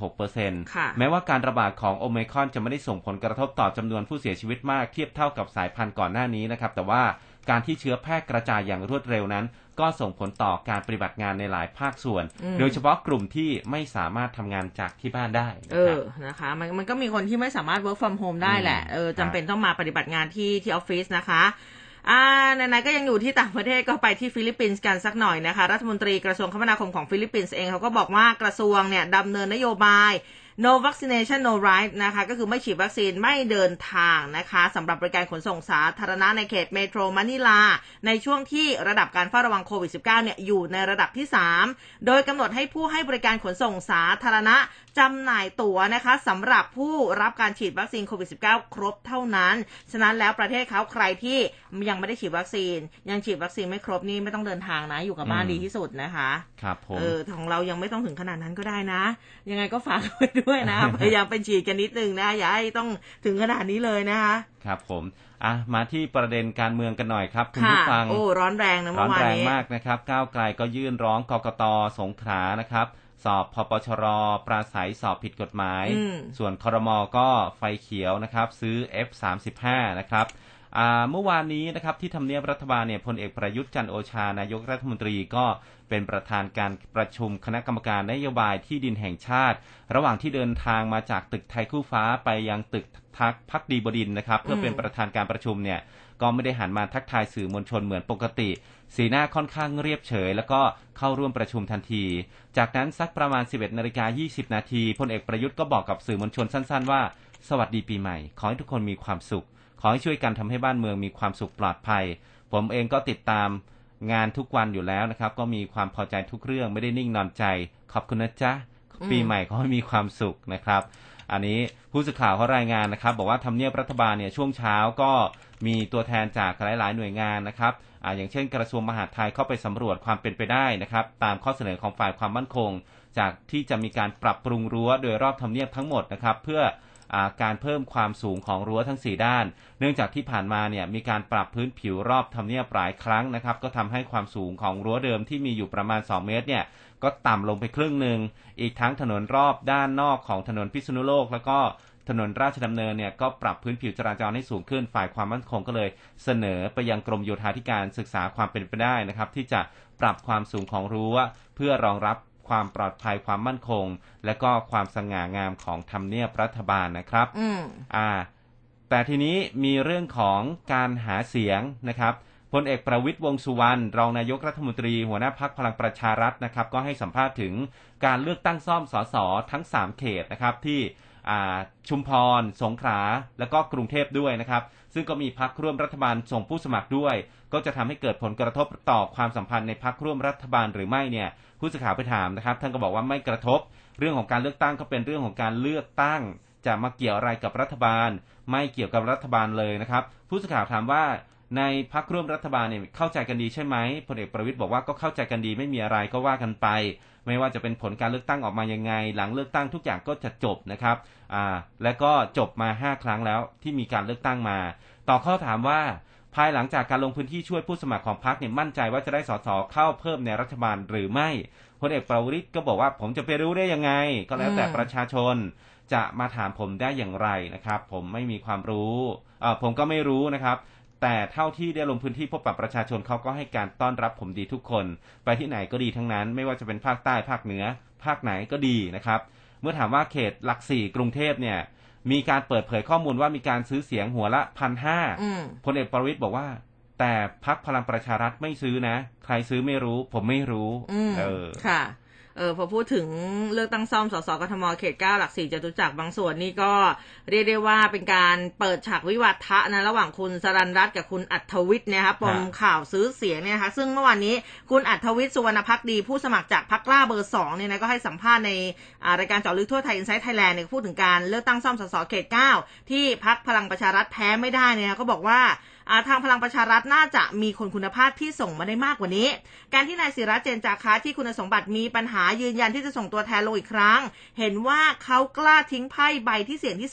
26% แม้ว่าการระบาดของโอไมครอนจะไม่ได้ส่งผลกระทบต่อจำนวนผู้เสียชีวิตมากเทียบเท่ากับสายพันธุ์ก่อนหน้านี้นะครับแต่ว่าการที่เชื้อแพร่กระจายอย่างรวดเร็วนั้นก็ส่งผลต่อการปฏิบัติงานในหลายภาคส่วนโดยเฉพาะกลุ่มที่ไม่สามารถทำงานจากที่บ้านได้นะคะมันก็มีคนที่ไม่สามารถ work from home ได้แหละจำเป็นต้องมาปฏิบัติงานที่ออฟฟิศนะคะไหนๆก็ยังอยู่ที่ต่างประเทศก็ไปที่ฟิลิปปินส์กันสักหน่อยนะคะรัฐมนตรีกระทรวงคมนาคมของฟิลิปปินส์เองเขาก็บอกว่ากระทรวงเนี่ยดำเนินนโยบาย no vaccination no right นะคะก็คือไม่ฉีดวัคซีนไม่เดินทางนะคะสำหรับบริการขนส่งสาธารณะในเขตเมโทรมะนิลาในช่วงที่ระดับการเฝ้าระวังโควิด -19 เนี่ยอยู่ในระดับที่3โดยกำหนดให้ผู้ให้บริการขนส่งสาธารณะจำหน่ายตั๋วนะคะสำหรับผู้รับการฉีดวัคซีนโควิด -19 ครบเท่านั้นฉะนั้นแล้วประเทศเขาใครที่ยังไม่ได้ฉีดวัคซีนยังฉีดวัคซีนไม่ครบนี่ไม่ต้องเดินทางนะอยู่กับบ้านดีที่สุดนะคะครับผมของเรายังไม่ต้องถึงขนาดนั้นก็ได้นะยังไงก็ฝากไว้ด้วยนะพยายามไปฉีดกันนิดนึงนะอย่าให้ต้องถึงขนาดนี้เลยนะคะครับผมมาที่ประเด็นการเมืองกันหน่อยครับคุณผู้ฟังร้อนแรงนะเมื่อวานนี้ร้อนแรงมากนะครับก้าวไกลก็ยื่นร้องกกต.สงขลานะครับสอบพปชร.ปราศัยสอบผิดกฎหมายส่วนครม.ก็ไฟเขียวนะครับซื้อ F-35 นะครับเมื่อวานนี้นะครับที่ทำเนียบรัฐบาลเนี่ยพลเอกประยุทธ์จันทร์โอชานายกรัฐมนตรีก็เป็นประธานการประชุมคณะกรรมการนโยบายที่ดินแห่งชาติระหว่างที่เดินทางมาจากตึกไทยคู่ฟ้าไปยังตึกภักดีบดินทร์นะครับเพื่อเป็นประธานการประชุมเนี่ยก็ไม่ได้หันมาทักทายสื่อมวลชนเหมือนปกติสีหน้าค่อนข้างเรียบเฉยแล้วก็เข้าร่วมประชุมทันทีจากนั้นสักประมาณ 11:20 น.พลเอกประยุทธ์ก็บอกกับสื่อมวลชนสั้นๆว่าสวัสดีปีใหม่ขอให้ทุกคนมีความสุขขอให้ช่วยกันทำให้บ้านเมืองมีความสุขปลอดภัยผมเองก็ติดตามงานทุกวันอยู่แล้วนะครับก็มีความพอใจทุกเรื่องไม่ได้นิ่งนอนใจขอบคุณนะจ๊ะปีใหม่ขอให้มีความสุขนะครับอันนี้ผู้สื่อข่าวเขารายงานนะครับบอกว่าทำเนียบรัฐบาลเนี่ยช่วงเช้าก็มีตัวแทนจากหลายๆหน่วยงานนะครับอย่างเช่นกระทรวงมหาดไทยเข้าไปสำรวจความเป็นไปได้นะครับตามข้อเสนอของฝ่ายความมั่นคงจากที่จะมีการปรับปรุงรั้วโดยรอบทำเนียบทั้งหมดนะครับเพื่อการเพิ่มความสูงของรั้วทั้ง4ด้านเนื่องจากที่ผ่านมาเนี่ยมีการปรับพื้นผิวรอบทำเนียบหลายครั้งนะครับก็ทำให้ความสูงของรั้วเดิมที่มีอยู่ประมาณ2 เมตรเนี่ยก็ต่ำลงไปครึ่งนึงอีกทั้งถนนรอบด้านนอกของถนนพิษณุโลกแล้วก็ถนนราชดำเนินเนี่ยก็ปรับพื้นผิวจราจรให้สูงขึ้นฝ่ายความมั่นคงก็เลยเสนอไปยังกรมโยธาธิการศึกษาความเป็นไปได้นะครับที่จะปรับความสูงของรั้วเพื่อรองรับความปลอดภัยความมั่นคงและก็ความสง่างามของทำเนียบรัฐบาลนะครับแต่ทีนี้มีเรื่องของการหาเสียงนะครับพลเอกประวิตรวงษ์สุวรรณรองนายกรัฐมนตรีหัวหน้าพรรคพลังประชารัฐนะครับก็ให้สัมภาษณ์ถึงการเลือกตั้งซ่อมสสทั้ง3เขตนะครับที่ชุมพรสงขลาและก็กรุงเทพด้วยนะครับซึ่งก็มีพรรคร่วมรัฐบาลส่งผู้สมัครด้วยก็จะทำให้เกิดผลกระทบต่อความสัมพันธ์ในพรรคร่วมรัฐบาลหรือไม่เนี่ยผู้สื่อข่าวไปถามนะครับท่านก็บอกว่าไม่กระทบเรื่องของการเลือกตั้งก็เป็นเรื่องของการเลือกตั้งจะมาเกี่ยวอะไรกับรัฐบาลไม่เกี่ยวกับรัฐบาลเลยนะครับผู้สื่อข่าวถามว่าในพรรคร่วมรัฐบาลเนี่ยเข้าใจกันดีใช่ไหมพลเอกประวิตรบอกว่าก็เข้าใจกันดีไม่มีอะไรก็ว่ากันไปไม่ว่าจะเป็นผลการเลือกตั้งออกมายังไงหลังเลือกตั้งทุกอย่างก็จะจบนะครับและก็จบมา5ครั้งแล้วที่มีการเลือกตั้งมาต่อข้อถามว่าภายหลังจากการลงพื้นที่ช่วยผู้สมัครของพรรคเนี่ยมั่นใจว่าจะได้สสเข้าเพิ่มในรัฐบาลหรือไม่พลเอกประวิตรก็บอกว่าผมจะไปรู้ได้ยังไงก็แล้วแต่ประชาชนจะมาถามผมได้อย่างไรนะครับผมไม่มีความรู้ผมก็ไม่รู้นะครับแต่เท่าที่ได้ลงพื้นที่พบปะประชาชนเขาก็ให้การต้อนรับผมดีทุกคนไปที่ไหนก็ดีทั้งนั้นไม่ว่าจะเป็นภาคใต้ภาคเหนือภาคไหนก็ดีนะครับเมื่อถามว่าเขตหลัก4กรุงเทพเนี่ยมีการเปิดเผยข้อมูลว่ามีการซื้อเสียงหัวละ 1,500 พลเอกประวิตรบอกว่าแต่พรรคพลังประชารัฐไม่ซื้อนะใครซื้อไม่รู้ผมไม่รู้ค่ะพอพูดถึงเลือกตั้งซ่อมสสกทมเขต9หลัก4จตุจักรบางส่วนนี่ก็เรียกได้ว่าเป็นการเปิดฉากวิวาทะนะระหว่างคุณสรัญรัตน์กับคุณอัธวิทย์นะครับปมข่าวซื้อเสียงเนี่ยนะคะซึ่งเมื่อวานนี้คุณอัธวิทย์สุวรรณภักดีผู้สมัครจากพรรคกล้าเบอร์2เนี่ยนะก็ให้สัมภาษณ์ในรายการเจาะลึกทั่วไทยอินไซต์ไทยแลนด์เนี่ยพูดถึงการเลือกตั้งซ่อมสสเขต9ที่พรรคพลังประชารัฐแพ้ไม่ได้เนี่ยก็บอกว่าทางพลังประชารัฐน่าจะมีคนคุณภาพที่ส่งมาได้มากกว่านี้การที่นายศิระเจนจาคะที่คุณสมบัติมีปัญหายืนยันที่จะส่งตัวแทนลงอีกครั้งเห็นว่าเขากล้าทิ้งไพ่ใบที่เสี่ยงที่สุด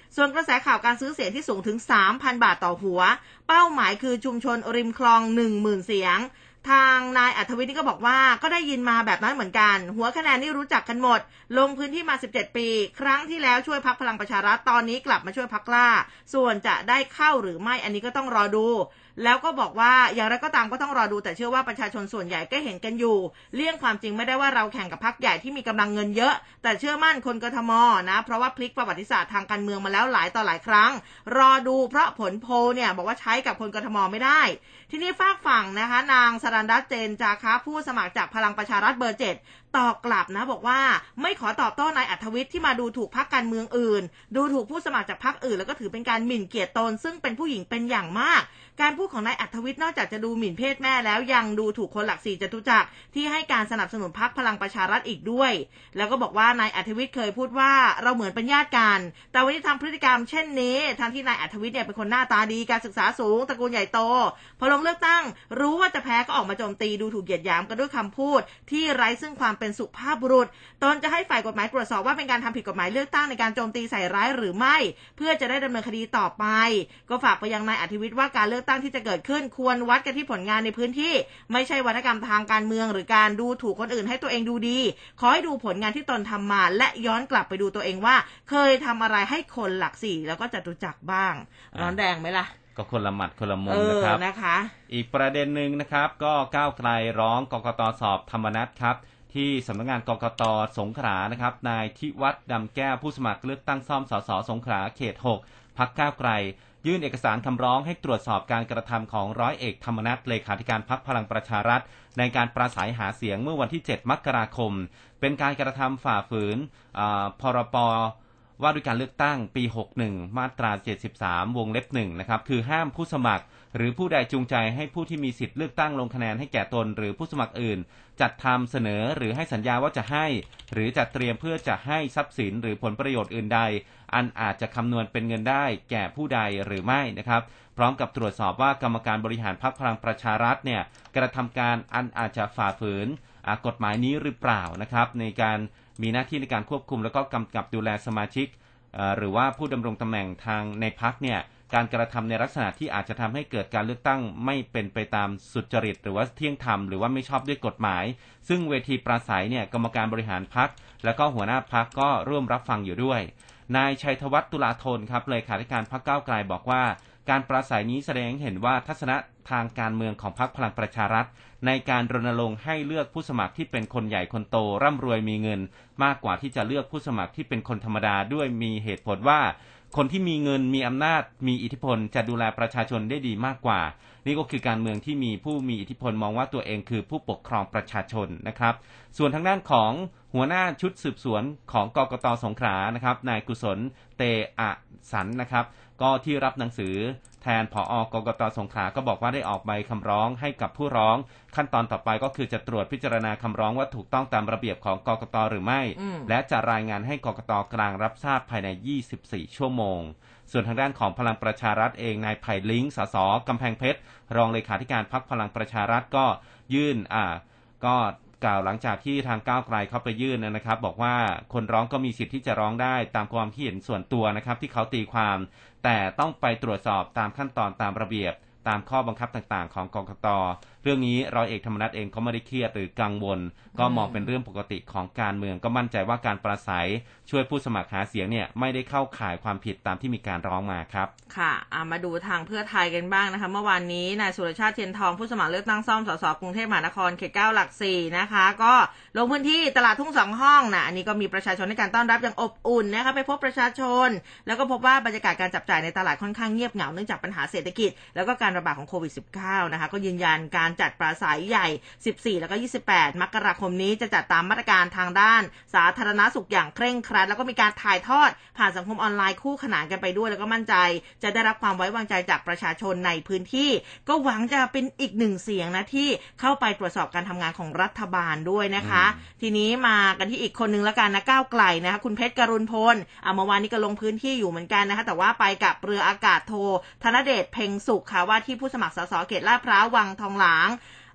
ส่วนกระแสข่าวการซื้อเสียงที่สูงถึง 3,000 บาทต่อหัวเป้าหมายคือชุมชนริมคลอง 10,000 เสียงทางนายอัธวิทย์นี่ก็บอกว่าก็ได้ยินมาแบบนั้นเหมือนกันหัวคะแนนนี่รู้จักกันหมดลงพื้นที่มา17ปีครั้งที่แล้วช่วยพรรคพลังประชารัฐตอนนี้กลับมาช่วยพรรคกล้าส่วนจะได้เข้าหรือไม่อันนี้ก็ต้องรอดูแล้วก็บอกว่าอย่างไรก็ตามก็ต้องรอดูแต่เชื่อว่าประชาชนส่วนใหญ่ก็เห็นกันอยู่เลี่ยงความจริงไม่ได้ว่าเราแข่งกับพรรคใหญ่ที่มีกำลังเงินเยอะแต่เชื่อมั่นคนกทมนะเพราะว่าพลิกประวัติศาสตร์ทางการเมืองมาแล้วหลายต่อหลายครั้งรอดูเพราะผลโพลเนี่ยบอกว่าใช้กับคนกทมไม่ได้ทีนี้ฝากฝั่งนะคะนางสรัญรัตน์เจนจาคะผู้สมัครจากพลังประชารัฐเบอร์ 7ตอบกลับนะบอกว่าไม่ขอตอบโต้นายอัธวิทย์ที่มาดูถูกพรรคการเมืองอื่นดูถูกผู้สมัครจากพรรคอื่นแล้วก็ถือเป็นการหมิ่นเกียรติตนซึ่งเป็นผู้หญิงเป็นอย่างมากการพูดของนายอัธวิทย์นอกจากจะดูหมิ่นเพศแม่แล้วยังดูถูกคนหลักสี่จตุจักรที่ให้การสนับสนุนพรรคพลังประชารัฐอีกด้วยแล้วก็บอกว่านายอัธวิทย์เคยพูดว่าเราเหมือนเป็นญาติกันแต่วันนี้ทำพฤติกรรมเช่นนี้ทั้งที่นายอัธวิทย์เนี่ยเป็นคนหน้าตาดีการศึกษาสูงตระกูลใหญ่โตพอลงเลือกตั้งรู้ว่าจะแพ้ก็ออกมาโจมตีดูถูกเหยียดหยามกันด้วยคำพูดที่ไร้ซึ่งความเป็นสุภาพบุรุษตนจะให้ฝ่ายกฎหมายตรวจสอบว่าเป็นการทำผิดกฎหมายเลือกตั้งในการโจมตีใส่ร้ายหรือไม่เพื่อจะได้ดำเนินคดีต่อไปก็ฝากไปยังนายอัธวิทย์ว่าการเลือกตั้งที่จะเกิดขึ้นควรวัดกันที่ผลงานในพื้นที่ไม่ใช่วรรณกรรมทางการเมืองหรือการดูถูกคนอื่นให้ตัวเองดูดีขอให้ดูผลงานที่ตนทำมาและย้อนกลับไปดูตัวเองว่าเคยทำอะไรให้คนหลักสี่แล้วก็จตุจักรบ้างร้อนแดงไหมล่ะก็คนละหมัดคนละมุมนะครับนะคะอีกประเด็นหนึ่งนะครับก็ก้าวไกลร้องกกต.สอบธรรมนัสครับที่สำนักงานกกต.สงขลานะครับนายทิวัฒน์ดำแก้วผู้สมัครเลือกตั้งซ่อมสสสงขลาเขต 6 พรรคก้าวไกลยื่นเอกสารคำร้องให้ตรวจสอบการกระทำของร้อยเอกธรรมนัสเลขาธิการพรรคพลังประชารัฐในการปราศัยหาเสียงเมื่อวันที่ 7 มกราคมเป็นการกระทำฝ่าฝืนพรบว่าด้วยการเลือกตั้งปี 61 มาตรา 73 วงเล็บ 1 นะครับคือห้ามผู้สมัครหรือผู้ใดจูงใจให้ผู้ที่มีสิทธิ์เลือกตั้งลงคะแนนให้แก่ตนหรือผู้สมัครอื่นจัดทำเสนอหรือให้สัญญาว่าจะให้หรือจัดเตรียมเพื่อจะให้ทรัพย์สินหรือผลประโยชน์อื่นใดอันอาจจะคำนวณเป็นเงินได้แก่ผู้ใดหรือไม่นะครับพร้อมกับตรวจสอบว่ากรรมการบริหารพรรคพลังประชารัฐเนี่ยกระทำการอันอาจจะฝ่าฝืนกฎหมายนี้หรือเปล่านะครับในการมีหน้าที่ในการควบคุมและก็กำกับดูแลสมาชิกหรือว่าผู้ดำรงตำแหน่งทางในพรรคเนี่ยการกระทำในลักษณะที่อาจจะทำให้เกิดการเลือกตั้งไม่เป็นไปตามสุจริตหรือว่าเที่ยงธรรมหรือว่าไม่ชอบด้วยกฎหมายซึ่งเวทีปราศัยเนี่ยกรรมการบริหารพรรคและก็หัวหน้าพรรคก็ร่วมรับฟังอยู่ด้วยนายชัยธวัฒน์ตุลาธนครับเลขาธิการพรรคก้าวไกลบอกว่าการปราศัยนี้แสดงเห็นว่าทัศนะทางการเมืองของพรรคพลังประชารัฐในการรณรงค์ให้เลือกผู้สมัครที่เป็นคนใหญ่คนโตร่ำรวยมีเงินมากกว่าที่จะเลือกผู้สมัครที่เป็นคนธรรมดาด้วยมีเหตุผลว่าคนที่มีเงินมีอำนาจมีอิทธิพลจะดูแลประชาชนได้ดีมากกว่านี่ก็คือการเมืองที่มีผู้มีอิทธิพลมองว่าตัวเองคือผู้ปกครองประชาชนนะครับส่วนทางด้านของหัวหน้าชุดสืบสวนของกกต.สงขลานะครับนายกุศลเตอะสันนะครับก็ที่รับหนังสือแทนผอ.กกต.สงขลาก็บอกว่าได้ออกใบคำร้องให้กับผู้ร้องขั้นตอนต่อไปก็คือจะตรวจพิจารณาคำร้องว่าถูกต้องตามระเบียบของกกต.หรือไม่และจะรายงานให้กกต.กลางรับทราบภายใน24ชั่วโมงส่วนทางด้านของพลังประชารัฐเองนายไผ่ลิงสส.กำแพงเพชรรองเลขาธิการพรรคพลังประชารัฐก็ยื่นก็กล่าวหลังจากที่ทางก้าวไกลเขาไปยื่นนะครับบอกว่าคนร้องก็มีสิทธิ์ที่จะร้องได้ตามความคิดเห็นส่วนตัวนะครับที่เขาตีความแต่ต้องไปตรวจสอบตามขั้นตอนตามระเบียบตามข้อบังคับต่างๆของกกต.เรื่องนี้ร้อยเอกธรรมนัสเองเขาไม่ได้เครียดหรือกังวลก็มองเป็นเรื่องปกติของการเมืองก็มั่นใจว่าการปราศัยช่วยผู้สมัครหาเสียงเนี่ยไม่ได้เข้าข่ายความผิดตามที่มีการร้องมาครับค่ะมาดูทางเพื่อไทยกันบ้างนะคะเมื่อวานนี้นายสุรชาติเทียนทองผู้สมัครเลือกตั้งซ่อมสสกรุงเทพมหานครเขต 9 หลัก 4นะคะก็ลงพื้นที่ตลาดทุ่ง2ห้องนะอันนี้ก็มีประชาชนในการต้อนรับอย่างอบอุ่นนะคะไปพบประชาชนแล้วก็พบว่าบรรยากาศการจับจ่ายในตลาดค่อนข้างเงียบเหงาเนื่องจากปัญหาเศรษฐกิจแล้วก็การระบาดของโควิด -19 นะคะก็ยืนยันการจัดปราศัยใหญ่14แล้วก็28มกราคมนี้จะจัดตามมาตรการทางด้านสาธารณสุขอย่างเคร่งครัดแล้วก็มีการถ่ายทอดผ่านสังคมออนไลน์คู่ขนานกันไปด้วยแล้วก็มั่นใจจะได้รับความไว้วางใจจากประชาชนในพื้นที่ก็หวังจะเป็นอีกหนึ่งเสียงนะที่เข้าไปตรวจสอบการทำงานของรัฐบาลด้วยนะคะทีนี้มากันที่อีกคนนึงละกันนะก้าวไกลนะคะคุณเพชรกรุณพลเมื่อวานนี้ก็ลงพื้นที่อยู่เหมือนกันนะคะแต่ว่าไปกับเรืออากาศโทธนเดชเพ็งสุขค่ะว่าที่ผู้สมัครสสเขตลาดพร้าววังทองหลาง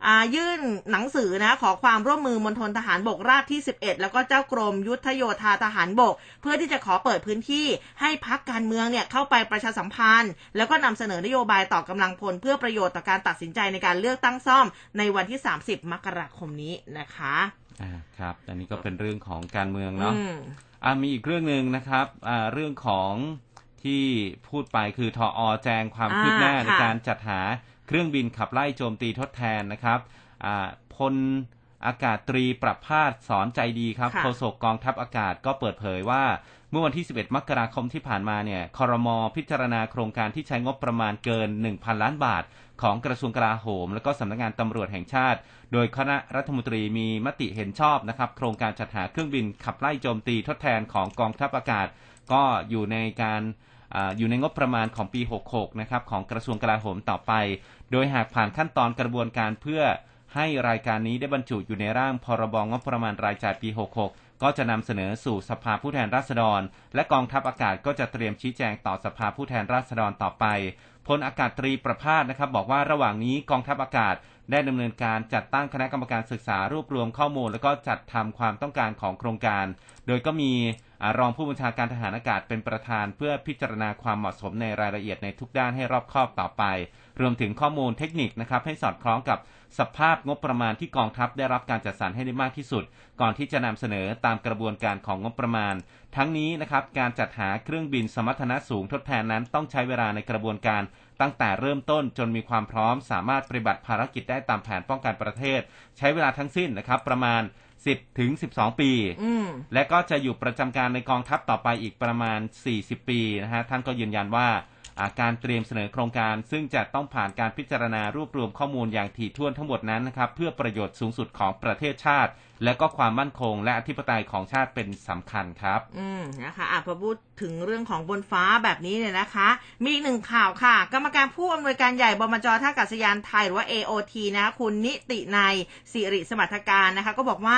ยื่นหนังสือนะขอความร่วมมือมณฑลทหารบกราบที่11แล้วก็เจ้ากรมยุทธโยธาทหารบกเพื่อที่จะขอเปิดพื้นที่ให้พรรคการเมืองเนี่ยเข้าไปประชาสัมพันธ์แล้วก็นำเสนอนโยบายต่อกำลังพลเพื่อประโยชน์ต่อการตัดสินใจในการเลือกตั้งซ่อมในวันที่30มกราคมนี้นะคะครับอันนี้ก็เป็นเรื่องของการเมืองเนาะมีอีกเรื่องนึงนะครับเรื่องของที่พูดไปคือทอ.แจงความคืบหน้าในการจัดหาเครื่องบินขับไล่โจมตีทดแทนนะครับพลอากาศตรีประภาสสอนใจดีครับโฆษกกองทัพอากาศก็เปิดเผยว่าเมื่อวันที่11มกราคมที่ผ่านมาเนี่ยครม.พิจารณาโครงการที่ใช้งบประมาณเกิน 1,000 ล้านบาทของกระทรวงกลาโหมและก็สำนักงานตำรวจแห่งชาติโดยคณะรัฐมนตรีมีมติเห็นชอบนะครับโครงการจัดหาเครื่องบินขับไล่โจมตีทดแทนของกองทัพอากาศก็อยู่ในงบประมาณของปี66นะครับของกระทรวงกลาโหมต่อไปโดยหากผ่านขั้นตอนกระบวนการเพื่อให้รายการนี้ได้บรรจุอยู่ในร่างพรบงบประมาณรายจ่ายปี66ก็จะนำเสนอสู่สภาผู้แทนราษฎรและกองทัพอากาศก็จะเตรียมชี้แจงต่อสภาผู้แทนราษฎรต่อไปพลอากาศตรีประภาสนะครับบอกว่าระหว่างนี้กองทัพอากาศได้ดำเนินการจัดตั้งคณะกรรมการศึกษารวบรวมข้อมูลและก็จัดทำความต้องการของโครงการโดยก็มีรองผู้บัญชาการทหารอากาศเป็นประธานเพื่อพิจารณาความเหมาะสมในรายละเอียดในทุกด้านให้รอบคอบต่อไปรวมถึงข้อมูลเทคนิคนะครับให้สอดคล้องกับสภาพงบประมาณที่กองทัพได้รับการจัดสรรให้ได้มากที่สุดก่อนที่จะนำเสนอตามกระบวนการของงบประมาณทั้งนี้นะครับการจัดหาเครื่องบินสมรรถนะสูงทดแทนนั้นต้องใช้เวลาในกระบวนการตั้งแต่เริ่มต้นจนมีความพร้อมสามารถปฏิบัติภารกิจได้ตามแผนป้องกันประเทศใช้เวลาทั้งสิ้นนะครับประมาณ10 ถึง 12 ปีและก็จะอยู่ประจำการในกองทัพต่อไปอีกประมาณ40 ปีนะฮะท่านก็ยืนยันว่าการเตรียมเสนอโครงการซึ่งจะต้องผ่านการพิจารณารวบรวมข้อมูลอย่างถี่ถ้วนทั้งหมดนั้นนะครับเพื่อประโยชน์สูงสุดของประเทศชาติและก็ความมั่นคงและอธิปไตยของชาติเป็นสำคัญครับนะคะพอพูดถึงเรื่องของบนฟ้าแบบนี้เนี่ยนะคะมีอีกหนึ่งข่าวค่ะกรรมการผู้อำนวยการใหญ่บมจ.ท่าอากาศยานไทยหรือว่า AOT นะคุณนิตินัยศิริสมรรถการนะคะก็บอกว่า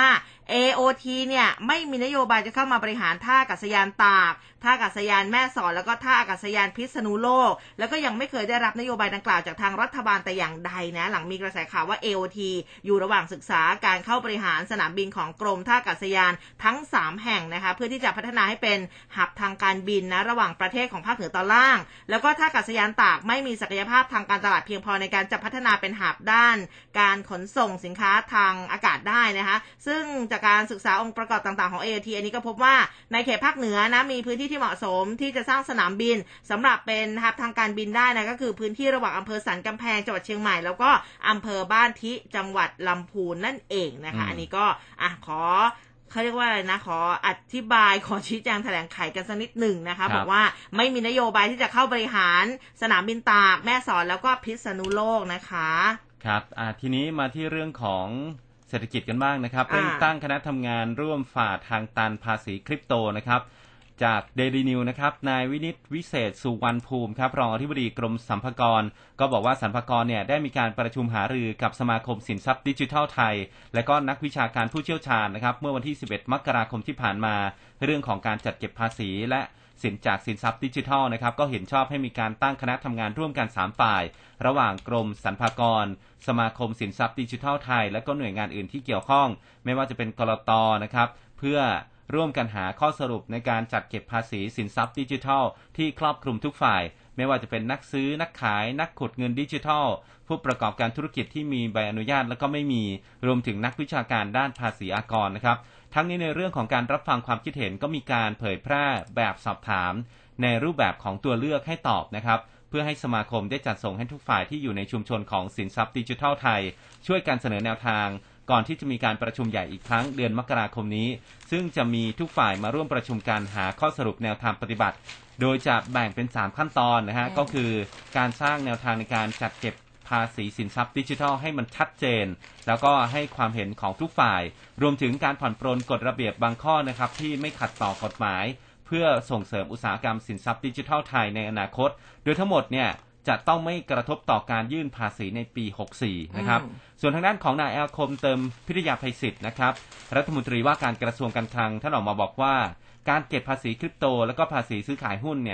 AOT เนี่ยไม่มีนโยบายจะเข้ามาบริหารท่าอากาศยานตากท่าอากาศยานแม่สอดแล้วก็ท่าอากาศยานพิษณุโลกแล้วก็ยังไม่เคยได้รับนโยบายดังกล่าวจากทางรัฐบาลแต่อย่างใดนะหลังมีกระแสข่าวว่า AOT อยู่ระหว่างศึกษาการเข้าบริหารสนามบินของกรมท่าอากาศยานทั้ง3แห่งนะคะเพื่อที่จะพัฒนาให้เป็นหับทางการบินนะระหว่างประเทศของภาคเหนือตอนล่างแล้วก็ท่าอากาศยานตากไม่มีศักยภาพทางการตลาดเพียงพอในการจะพัฒนาเป็นหับด้านการขนส่งสินค้าทางอากาศได้นะคะซึ่งจากการศึกษาองค์ประกอบต่างๆของ AOT อันนี้ก็พบว่าในเขตภาคเหนือนะมีพื้นที่ที่เหมาะสมที่จะสร้างสนามบินสำหรับเป็นหับทางการบินได้นะก็คือพื้นที่ระหว่างอำเภอสันกำแพงจังหวัดเชียงใหม่แล้วก็อำเภอบ้านทิจังหวัดลำพูนนั่นเองนะคะอันนี้ก็เขาเรียกว่าอะไรนะขออธิบายขอชี้แจงแถลงไขกันสักนิดหนึ่งนะคะบอกว่าไม่มีนโยบายที่จะเข้าบริหารสนามบินตากแม่สอดแล้วก็พิษณุโลกนะคะครับทีนี้มาที่เรื่องของเศรษฐกิจกันบ้างนะครับเร่งตั้งคณะทำงานร่วมฝ่าทางตันภาษีคริปโตนะครับจากเดลินิวนะครับนายวินิตวิเศษสุวรรณภูมิครับรองอธิบดีกรมสรรพากรก็บอกว่าสรรพากรเนี่ยได้มีการประชุมหารือกับสมาคมสินทรัพย์ดิจิทัลไทยและก็นักวิชาการผู้เชี่ยวชาญนะครับเมื่อวันที่11มกราคมที่ผ่านมาเรื่องของการจัดเก็บภาษีและสินจากสินทรัพย์ดิจิทัลนะครับก็เห็นชอบให้มีการตั้งคณะทำงานร่วมกัน3ฝ่ายระหว่างกรมสรรพากรสมาคมสินทรัพย์ดิจิทัลไทยและก็หน่วยงานอื่นที่เกี่ยวข้องไม่ว่าจะเป็นกลต.นะครับเพื่อร่วมกันหาข้อสรุปในการจัดเก็บภาษีสินทรัพย์ดิจิทัลที่ครอบคลุมทุกฝ่ายไม่ว่าจะเป็นนักซื้อนักขายนักขุดเงินดิจิทัลผู้ประกอบการธุรกิจที่มีใบอนุญาตและก็ไม่มีรวมถึงนักวิชาการด้านภาษีอากรนะครับทั้งนี้ในเรื่องของการรับฟังความคิดเห็นก็มีการเผยแพร่แบบสอบถามในรูปแบบของตัวเลือกให้ตอบนะครับเพื่อให้สมาคมได้จัดส่งให้ทุกฝ่ายที่อยู่ในชุมชนของสินทรัพย์ดิจิทัลไทยช่วยกันเสนอแนวทางก่อนที่จะมีการประชุมใหญ่อีกครั้งเดือนมกราคมนี้ซึ่งจะมีทุกฝ่ายมาร่วมประชุมกันหาข้อสรุปแนวทางปฏิบัติโดยจะแบ่งเป็น3ขั้นตอนนะฮะก็คือการสร้างแนวทางในการจัดเก็บภาษีสินทรัพย์ดิจิทัลให้มันชัดเจนแล้วก็ให้ความเห็นของทุกฝ่ายรวมถึงการผ่อนปรนกฎระเบียบบางข้อนะครับที่ไม่ขัดต่อกฎหมายเพื่อส่งเสริมอุตสาหกรรมสินทรัพย์ดิจิทัลไทยในอนาคตโดยทั้งหมดเนี่ยจะต้องไม่กระทบต่อการยื่นภาษีในปี64นะครับส่วนทางด้านของนายอาคมเติมพิทยาภัยศิษย์นะครับรัฐมนตรีว่าการกระทรวงการคลังท่านออกมาบอกว่าการเก็บภาษีคริปโตและก็ภาษีซื้อขายหุ้นเนี่ย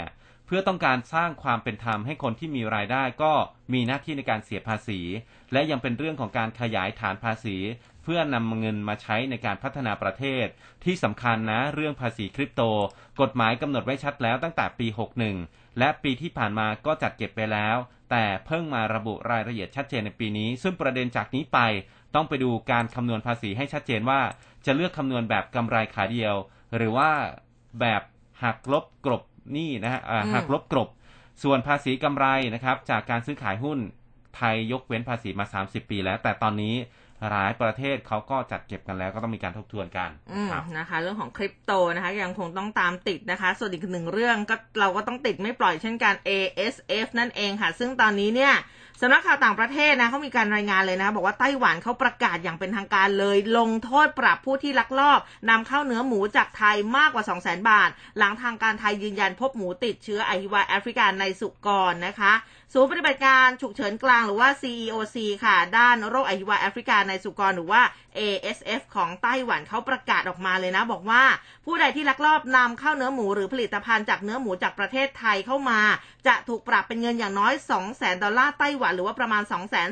พื่อต้องการสร้างความเป็นธรรมให้คนที่มีรายได้ก็มีหน้าที่ในการเสียภาษีและยังเป็นเรื่องของการขยายฐานภาษีเพื่อนำเงินมาใช้ในการพัฒนาประเทศที่สำคัญนะเรื่องภาษีคริปโตกฎหมายกำหนดไว้ชัดแล้วตั้งแต่ปี61และปีที่ผ่านมาก็จัดเก็บไปแล้วแต่เพิ่งมาระบุรายละเอียดชัดเจนในปีนี้ซึ่งประเด็นจากนี้ไปต้องไปดูการคำนวณภาษีให้ชัดเจนว่าจะเลือกคำนวณแบบกำไรขาเดียวหรือว่าแบบหักลบกลบหนี้นะฮะหักลบกลบส่วนภาษีกำไรนะครับจากการซื้อขายหุ้นไทยยกเว้นภาษีมา30ปีแล้วแต่ตอนนี้หลายประเทศเขาก็จัดเก็บกันแล้วก็ต้องมีการทบทวนกันนะคะเรื่องของคริปโตนะคะยังคงต้องตามติดนะคะส่วนอีกหนึ่งเรื่องก็เราก็ต้องติดไม่ปล่อยเช่นกัน ASF นั่นเองค่ะซึ่งตอนนี้เนี่ยสำนักข่าวต่างประเทศนะเขามีการรายงานเลยนะคะบอกว่าไต้หวันเขาประกาศอย่างเป็นทางการเลยลงโทษปรับผู้ที่ลักลอบนำเข้าเนื้อหมูจากไทยมากกว่า 200,000 บาทหลังทางการไทยยืนยันพบหมูติดเชื้ออหิวาแอฟริกาในสุกรนะคะศูนย์ปฏิบัติการฉุกเฉินกลางหรือว่า CEOC ค่ะด้านโรคอหิวาแอฟริกาในสุกรหรือว่า ASF ของไต้หวันเขาประกาศออกมาเลยนะบอกว่าผู้ใดที่ลักลอบนำเข้าเนื้อหมูหรือผลิตภัณฑ์จากเนื้อหมูจากประเทศไทยเข้ามาจะถูกปรับเป็นเงินอย่างน้อย 200,000 ดอลลาร์ไต้หวันหรือว่าประมาณ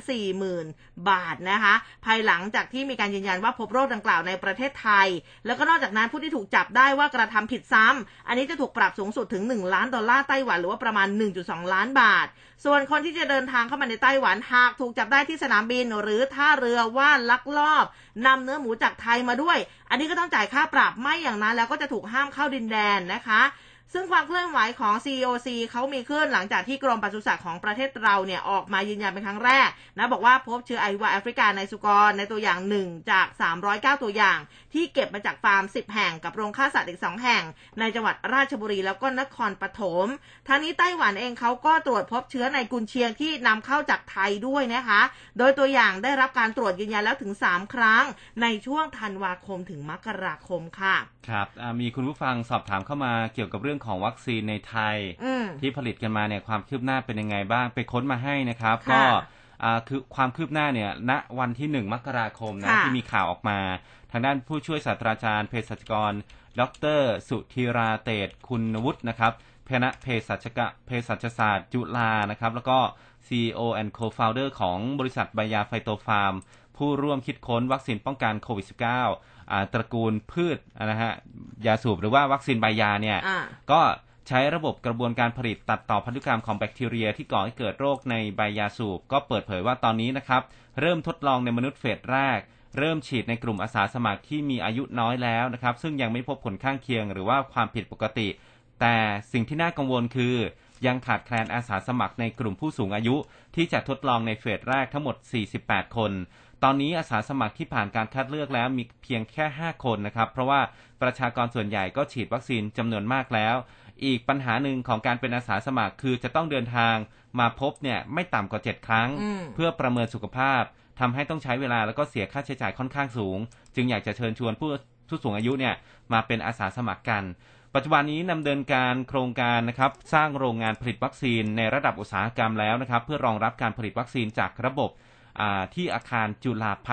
240,000 บาทนะคะภายหลังจากที่มีการยืนยันว่าพบโรคดังกล่าวในประเทศไทยแล้วก็นอกจากนั้นผู้ที่ถูกจับได้ว่ากระทำผิดซ้ำอันนี้จะถูกปรับสูงสุดถึง1ล้านดอลลาร์ไต้หวันหรือว่าประมาณ 1.2 ล้านบาทส่วนคนที่จะเดินทางเข้ามาในไต้หวันหากถูกจับได้ที่สนามบินหรือท่าเรือว่าลักลอบนำเนื้อหมูจากไทยมาด้วยอันนี้ก็ต้องจ่ายค่าปรับไม่อย่างนั้นแล้วก็จะถูกห้ามเข้าดินแดนนะคะซึ่งความเคลื่อนไหวของ CEOC เขามีขึ้นหลังจากที่กรมปศุสัตว์ของประเทศเราเนี่ยออกมายืนยันเป็นครั้งแรกนะบอกว่าพบเชื้ออหิวาแอฟริกาในสุกรในตัวอย่าง1จาก309ตัวอย่างที่เก็บมาจากฟาร์ม10แห่งกับโรงฆ่าสัตว์อีก2แห่งในจังหวัดราชบุรีแล้วก็นครปฐมทั้งนี้ไต้หวันเองเขาก็ตรวจพบเชื้อในกุนเชียงที่นำเข้าจากไทยด้วยนะคะโดยตัวอย่างได้รับการตรวจยืนยันแล้วถึง3ครั้งในช่วงธันวาคมถึงมกราคมค่ะครับมีคุณผู้ฟังสอบถามเข้ามาเกี่ยวกับเรื่องของวัคซีนในไทยที่ผลิตกันมาเนี่ยความคืบหน้าเป็นยังไงบ้างไปค้นมาให้นะครับก็คือความคืบหน้าเนี่ยณวันที่1มกราคมนะที่มีข่าวออกมาทางด้านผู้ช่วยศาสตราจารย์เภสัชกรดร.สุธีราเตชคุณวุฒินะครับคณะเภสัชศาสตร์จุฬานะครับแล้วก็ CEO and Co-founder ของบริษัทไบยาไฟโตฟาร์มผู้ร่วมคิดค้นวัคซีนป้องกันโควิด -19 ตระกูลพืชนะฮะยาสูบหรือว่าวัคซีนไบยาเนี่ยก็ใช้ระบบกระบวนการผลิตตัดต่อพันธุกรรมของแบคทีเรียที่ก่อให้เกิดโรคในใบยาสูบก็เปิดเผยว่าตอนนี้นะครับเริ่มทดลองในมนุษย์เฟสแรกเริ่มฉีดในกลุ่มอาสาสมัครที่มีอายุน้อยแล้วนะครับซึ่งยังไม่พบผลข้างเคียงหรือว่าความผิดปกติแต่สิ่งที่น่ากังวลคือยังขาดแคลนอาสาสมัครในกลุ่มผู้สูงอายุที่จะทดลองในเฟสแรกทั้งหมด48คนตอนนี้อาสาสมัครที่ผ่านการคัดเลือกแล้วมีเพียงแค่5คนนะครับเพราะว่าประชากรส่วนใหญ่ก็ฉีดวัคซีนจำนวนมากแล้วอีกปัญหาหนึ่งของการเป็นอาสาสมัครคือจะต้องเดินทางมาพบเนี่ยไม่ต่ำกว่า7ครั้งเพื่อประเมินสุขภาพทำให้ต้องใช้เวลาแล้วก็เสียค่าใช้จ่ายค่อนข้างสูงจึงอยากจะเชิญชวนผู้สูงอายุเนี่ยมาเป็นอาสาสมัครกันปัจจุบันนี้ดำเนินการโครงการนะครับสร้างโรงงานผลิตวัคซีนในระดับอุตสาหกรรมแล้วนะครับเพื่อรองรับการผลิตวัคซีนจากระบบที่อาคารจุฬาภัฏ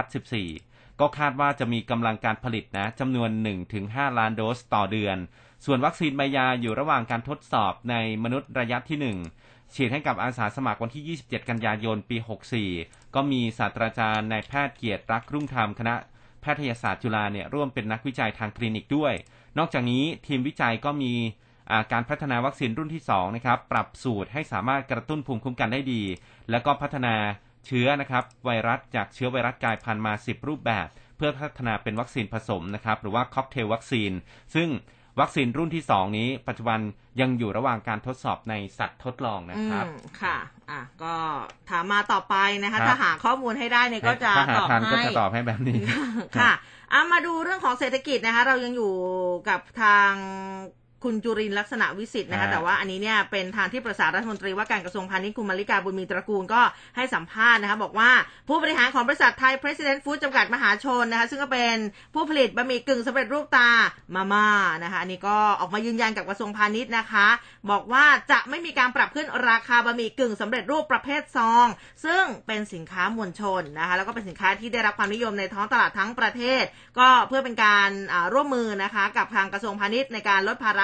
14ก็คาดว่าจะมีกำลังการผลิตนะจำนวน 1-5 ล้านโดสต่อเดือนส่วนวัคซีนไบยาอยู่ระหว่างการทดสอบในมนุษย์ระยะที่1ฉีดให้กับอาสาสมัครวันที่27กันยายนปี64ก็มีศาสตราจารย์นายแพทย์เกียรติรักรุ่งธรรมคณะแพทยศาสตร์จุฬาเนี่ยร่วมเป็นนักวิจัยทางคลินิกด้วยนอกจากนี้ทีมวิจัยก็มีการพัฒนาวัคซีนรุ่นที่2นะครับปรับสูตรให้สามารถกระตุ้นภูมิคุ้มกันได้ดีแล้วก็พัฒนาเชื้อนะครับไวรัสจากเชื้อไวรัสกลายพันธุ์มา10รูปแบบเพื่อพัฒนาเป็นวัคซีนผสมนะครับหรือว่าค็อกเทลวัคซีนซึ่งวัคซีนรุ่นที่2นี้ปัจจุบันยังอยู่ระหว่างการทดสอบในสัตว์ทดลองนะครับค่ะก็ถามมาต่อไปนะคะถ้าหาข้อมูลให้ได้เนี่ยก็จะตอบให้ก็จะตอบให้แบบนี้ค่ะมาดูเรื่องของเศรษฐกิจนะคะเรายังอยู่กับทางคุณจุรินทร์ลักษณะวิสิทธิ์นะคะแต่ว่าอันนี้เนี่ยเป็นทางที่ปรึกษารัฐมนตรีว่าการกระทรวงพาณิชย์คุณมาริกาบุญมีตระกูลก็ให้สัมภาษณ์นะคะบอกว่าผู้บริหารของบริษัทไทย President Food จำกัดมหาชนนะคะซึ่งก็เป็นผู้ผลิตบะหมี่กึ่งสำเร็จรูปตามาม่านะคะอันนี้ก็ออกมายืนยันกับกระทรวงพาณิชย์นะคะบอกว่าจะไม่มีการปรับขึ้นราคาบะหมี่กึ่งสำเร็จรูปประเภทซองซึ่งเป็นสินค้ามวลชนนะคะแล้วก็เป็นสินค้าที่ได้รับความนิยมในท้องตลาดทั้งประเทศก็เพื่อเป็นการร่วมมือนะคะกับทางกระทรวงพาณิชย์ในการลดภาระ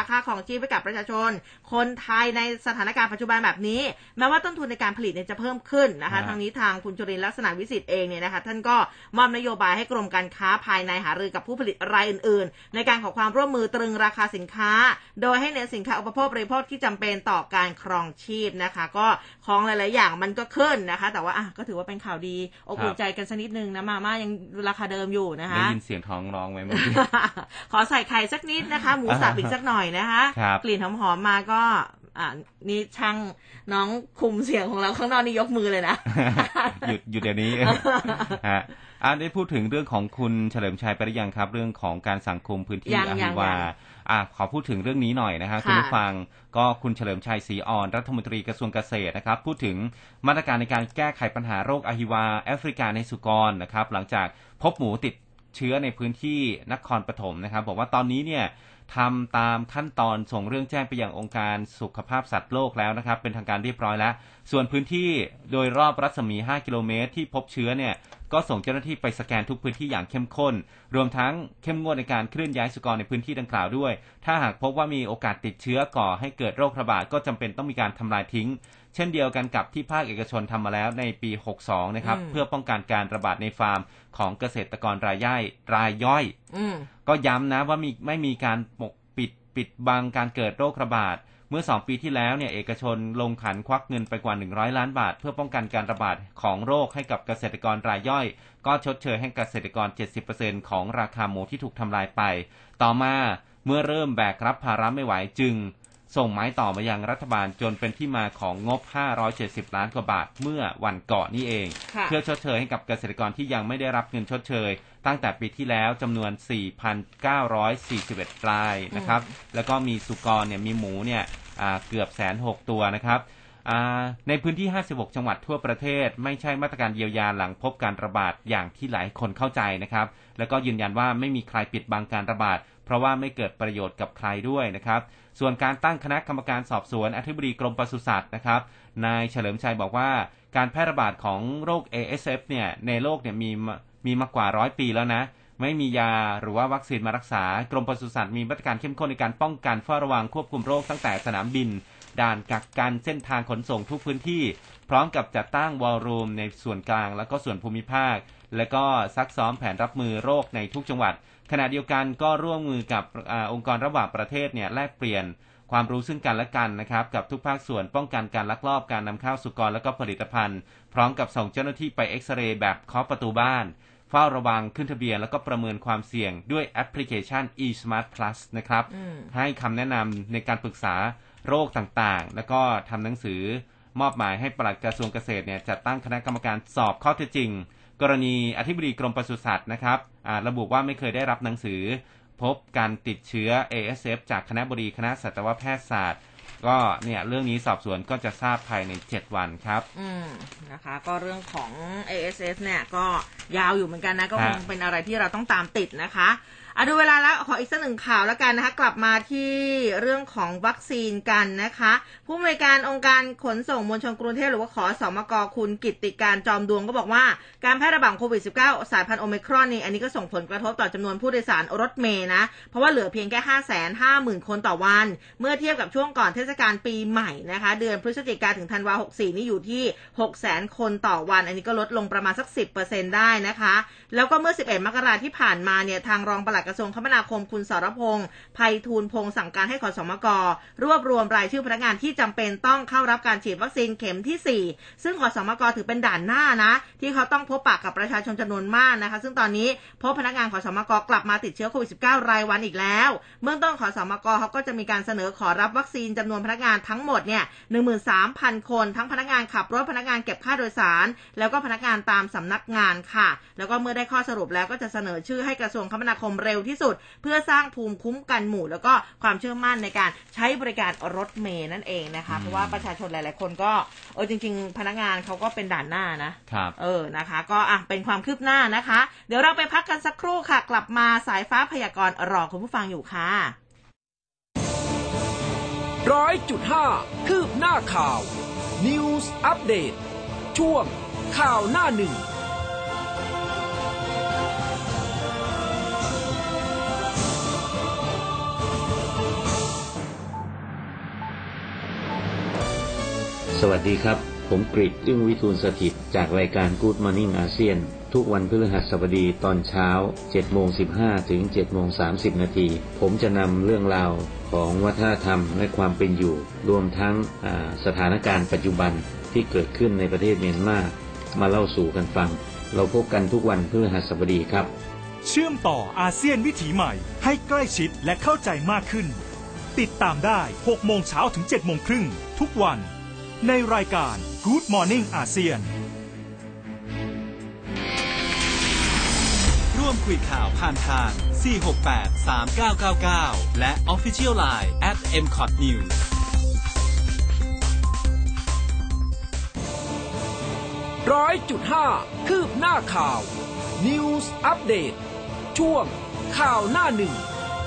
ราคาของชีพให้กับประชาชนคนไทยในสถานการณ์ปัจจุบันแบบนี้แม้ว่าต้นทุนในการผลิตเนี่ยจะเพิ่มขึ้นนะคะทางนี้ทางคุณจุรินทร์ลักษณะวิสิทธิ์เองเนี่ยนะคะท่านก็มอบนโยบายให้กรมการค้าภายในหารือกับผู้ผลิตรายอื่นๆในการขอความร่วมมือตรึงราคาสินค้าโดยให้เน้นสินค้าอุปโภคบริโภคที่จำเป็นต่อการครองชีพนะคะก็ของหลายๆอย่างมันก็ขึ้นนะคะแต่ว่าก็ถือว่าเป็นข่าวดีอบอุ่นใจกันสักนิดนึงนะมาม่ายังราคาเดิมอยู่นะคะได้ยินเสียงท้องร้องไหมเมื่อกี้ขอใส่ไข่สักนิดนะคะหมูสับอีกสักหน่อยนะคะกลิ่นหอมๆมาก็นี่ช่างน้องคุมเสียงของเราข้างนอกนี่ยกมือเลยนะหยุดเดี๋ยวนี้ ได้พูดถึงเรื่องของคุณเฉลิมชัยไปหรือยังครับเรื่องของการสั่งคุมพื้นที่อหิวาขอพูดถึงเรื่องนี้หน่อยนะครับคุณผู้ฟังก็คุณเฉลิมชัยศรีอ่อนรัฐมนตรีกระทรวงเกษตรนะครับพูดถึงมาตรการในการแก้ไขปัญหาโรคอหิวาแอฟริกาในสุกรนะครับหลังจากพบหมูติดเชื้อในพื้นที่นครปฐมนะครับบอกว่าตอนนี้เนี่ยทำตามขั้นตอนส่งเรื่องแจ้งไปยังองค์การสุขภาพสัตว์โลกแล้วนะครับเป็นทางการเรียบร้อยแล้วส่วนพื้นที่โดยรอบรัศมี5 กิโลเมตรที่พบเชื้อเนี่ยก็ส่งเจ้าหน้าที่ไปสแกนทุกพื้นที่อย่างเข้มข้นรวมทั้งเข้มงวดในการเคลื่อนย้ายสุกรในพื้นที่ดังกล่าวด้วยถ้าหากพบว่ามีโอกาสติดเชื้อก่อให้เกิดโรคระบาดก็จำเป็นต้องมีการทำลายทิ้งเช่นเดียวกันกับที่ภาคเอกชนทำมาแล้วในปี62นะครับเพื่อป้องกันการระบาดในฟาร์มของเกษตรกรรายย่อยก็ย้ำนะว่าไม่มีการปิดบังการเกิดโรคระบาดเมื่อ2 ปีที่แล้วเนี่ยเอกชนลงขันควักเงินไปกว่า100 ล้านบาทเพื่อป้องกันการระบาดของโรคให้กับเกษตรกรรายย่อยก็ชดเชยให้เกษตรกร 70% ของราคาหมูที่ถูกทำลายไปต่อมาเมื่อเริ่มแบกรับภาระไม่ไหวจึงส่งไม้ต่อมายังรัฐบาลจนเป็นที่มาของงบ570 ล้านกว่าบาทเมื่อวันก่อนนี่เองเพื่อชดเชยให้กับเกษตรกรที่ยังไม่ได้รับเงินชดเชยตั้งแต่ปีที่แล้วจำนวน 4,941 รายนะครับแล้วก็มีสุกรเนี่ยมีหมูเนี่ยเกือบ160,000 ตัวนะครับในพื้นที่56 จังหวัดทั่วประเทศไม่ใช่มาตรการเยียวยาหลังพบการระบาดอย่างที่หลายคนเข้าใจนะครับแล้วก็ยืนยันว่าไม่มีใครปิดบังการระบาดเพราะว่าไม่เกิดประโยชน์กับใครด้วยนะครับส่วนการตั้งคณะกรรมการสอบสวนอธิบดีกรมปศุสัตว์นะครับนายเฉลิมชัยบอกว่าการแพร่ระบาดของโรค ASF เนี่ยในโลกเนี่ยมีมากว่า100 ปีแล้วนะไม่มียาหรือว่าวัคซีนมารักษากรมปศุสัตว์มีมาตรการเข้มข้นในการป้องกันเฝ้าระวังควบคุมโรคตั้งแต่สนามบินด่านกักกันเส้นทางขนส่งทุกพื้นที่พร้อมกับจัดตั้งวอลลุ่มในส่วนกลางแล้วก็ส่วนภูมิภาคและก็ซักซ้อมแผนรับมือโรคในทุกจังหวัดขณะเดียวกันก็ร่วมมือกับองค์กรระหว่างประเทศเนี่ยแลกเปลี่ยนความรู้ซึ่งกันและกันนะครับกับทุกภาคส่วนป้องกันการลักลอบการนำเข้าสุกรและก็ผลิตภัณฑ์พร้อมกับส่งเจ้าหน้าที่ไปเอ็กซเรย์แบบเคาะประตูบ้านเฝ้าระวังขึ้นทะเบียนแล้วก็ประเมินความเสี่ยงด้วยแอปพลิเคชัน eSmart Plus นะครับให้คำแนะนำในการปรึกษาโรคต่างๆแล้วก็ทำหนังสือมอบหมายให้ปลัดกระทรวงเกษตรเนี่ยจัดตั้งคณะกรรมการสอบข้อเท็จจริงกรณีอธิบดีกรมปศุสัตว์นะครับระบุว่าไม่เคยได้รับหนังสือพบการติดเชื้อ ASF จากคณบดีคณะสัตวแพทยศาสตร์ก็เนี่ยเรื่องนี้สอบสวนก็จะทราบภายใน7 วันครับนะคะก็เรื่องของ ASF เนี่ยก็ยาวอยู่เหมือนกันนะก็คงเป็นอะไรที่เราต้องตามติดนะคะดูเวลาแล้วขออีกสักหนึ่งข่าวแล้วกันนะคะกลับมาที่เรื่องของวัคซีนกันนะคะผู้อำนวยการองค์การขนส่งมวลชนกรุงเทพหรือว่าขสมก.คุณกิตติการจอมดวงก็บอกว่าการแพร่ระบาดโควิด -19 สายพันธุ์โอไมครอนนี่อันนี้ก็ส่งผลกระทบต่อจำนวนผู้โดยสารรถเมล์นะเพราะว่าเหลือเพียงแค่ 550,000 คนต่อวันเมื่อเทียบกับช่วงก่อนเทศกาลปีใหม่นะคะเดือนพฤศจิกายนถึงธันวาคม64นี่อยู่ที่ 600,000 คนต่อวันอันนี้ก็ลดลงประมาณสัก 10% ได้นะคะแล้วก็เมื่อ11 มกราคมที่ผ่านมาเนี่ยทางรองปลัดกระทรวงคมนาคมคุณสรพงษ์ไพฑูรย์พงษ์สั่งการให้ขสมก.รวบรวมรายชื่อพนักงานที่จำเป็นต้องเข้ารับการฉีดวัคซีนเข็มที่4ซึ่งขสมก.ถือเป็นด่านหน้านะที่เขาต้องพบปะกับประชาชนจำนวนมากนะคะซึ่งตอนนี้พบพนักงานขสมก.กลับมาติดเชื้อโควิด -19 รายวันอีกแล้วเบื้องต้นขสมก.เขาก็จะมีการเสนอขอรับวัคซีนจำนวนพนักงานทั้งหมดเนี่ย 13,000 คนทั้งพนักงานขับรถพนักงานเก็บค่าโดยสารแล้วก็พนักงานตามสำนักงานค่ะแล้วก็เมื่อได้ข้อสรุปแล้วก็จะเสนอชื่อให้กระทรวงคมนาคมเร็วที่สุดเพื่อสร้างภูมิคุ้มกันหมู่แล้วก็ความเชื่อมั่นในการใช้บริการรถเมล์นั่นเองนะคะเพราะว่าประชาชนหลายๆคนก็จริงๆพนักงานเขาก็เป็นด่านหน้านะครับนะคะก็เป็นความคืบหน้านะคะเดี๋ยวเราไปพักกันสักครู่ค่ะกลับมาสายฟ้าพยากรณ์รอคุณผู้ฟังอยู่ค่ะ 100.5 คืบหน้าข่าว News Update ช่วงข่าวหน้าหนึ่งสวัสดีครับผมกฤษ อึ้งวิทูลสถิตจากรายการ Good Morning อาเซียนทุกวันพฤหัสบดีตอนเช้า 7:15 ถึง 7:30 นาทีผมจะนำเรื่องราวของวัฒนธรรมและความเป็นอยู่รวมทั้งสถานการณ์ปัจจุบันที่เกิดขึ้นในประเทศเมียนมาเล่าสู่กันฟังเราพบกันทุกวันพฤหัสบดีครับเชื่อมต่ออาเซียนวิถีใหม่ให้ใกล้ชิดและเข้าใจมากขึ้นติดตามได้ 6 โมงเช้าถึง 7 โมงครึ่งทุกวันในรายการ Good Morning อาเซียนร่วมคุยข่าวผ่านทาง 468-3999 และ Official Line @mcotnews 100.5 คืบหน้าข่าว News Update ช่วงข่าวหน้าหนึ่ง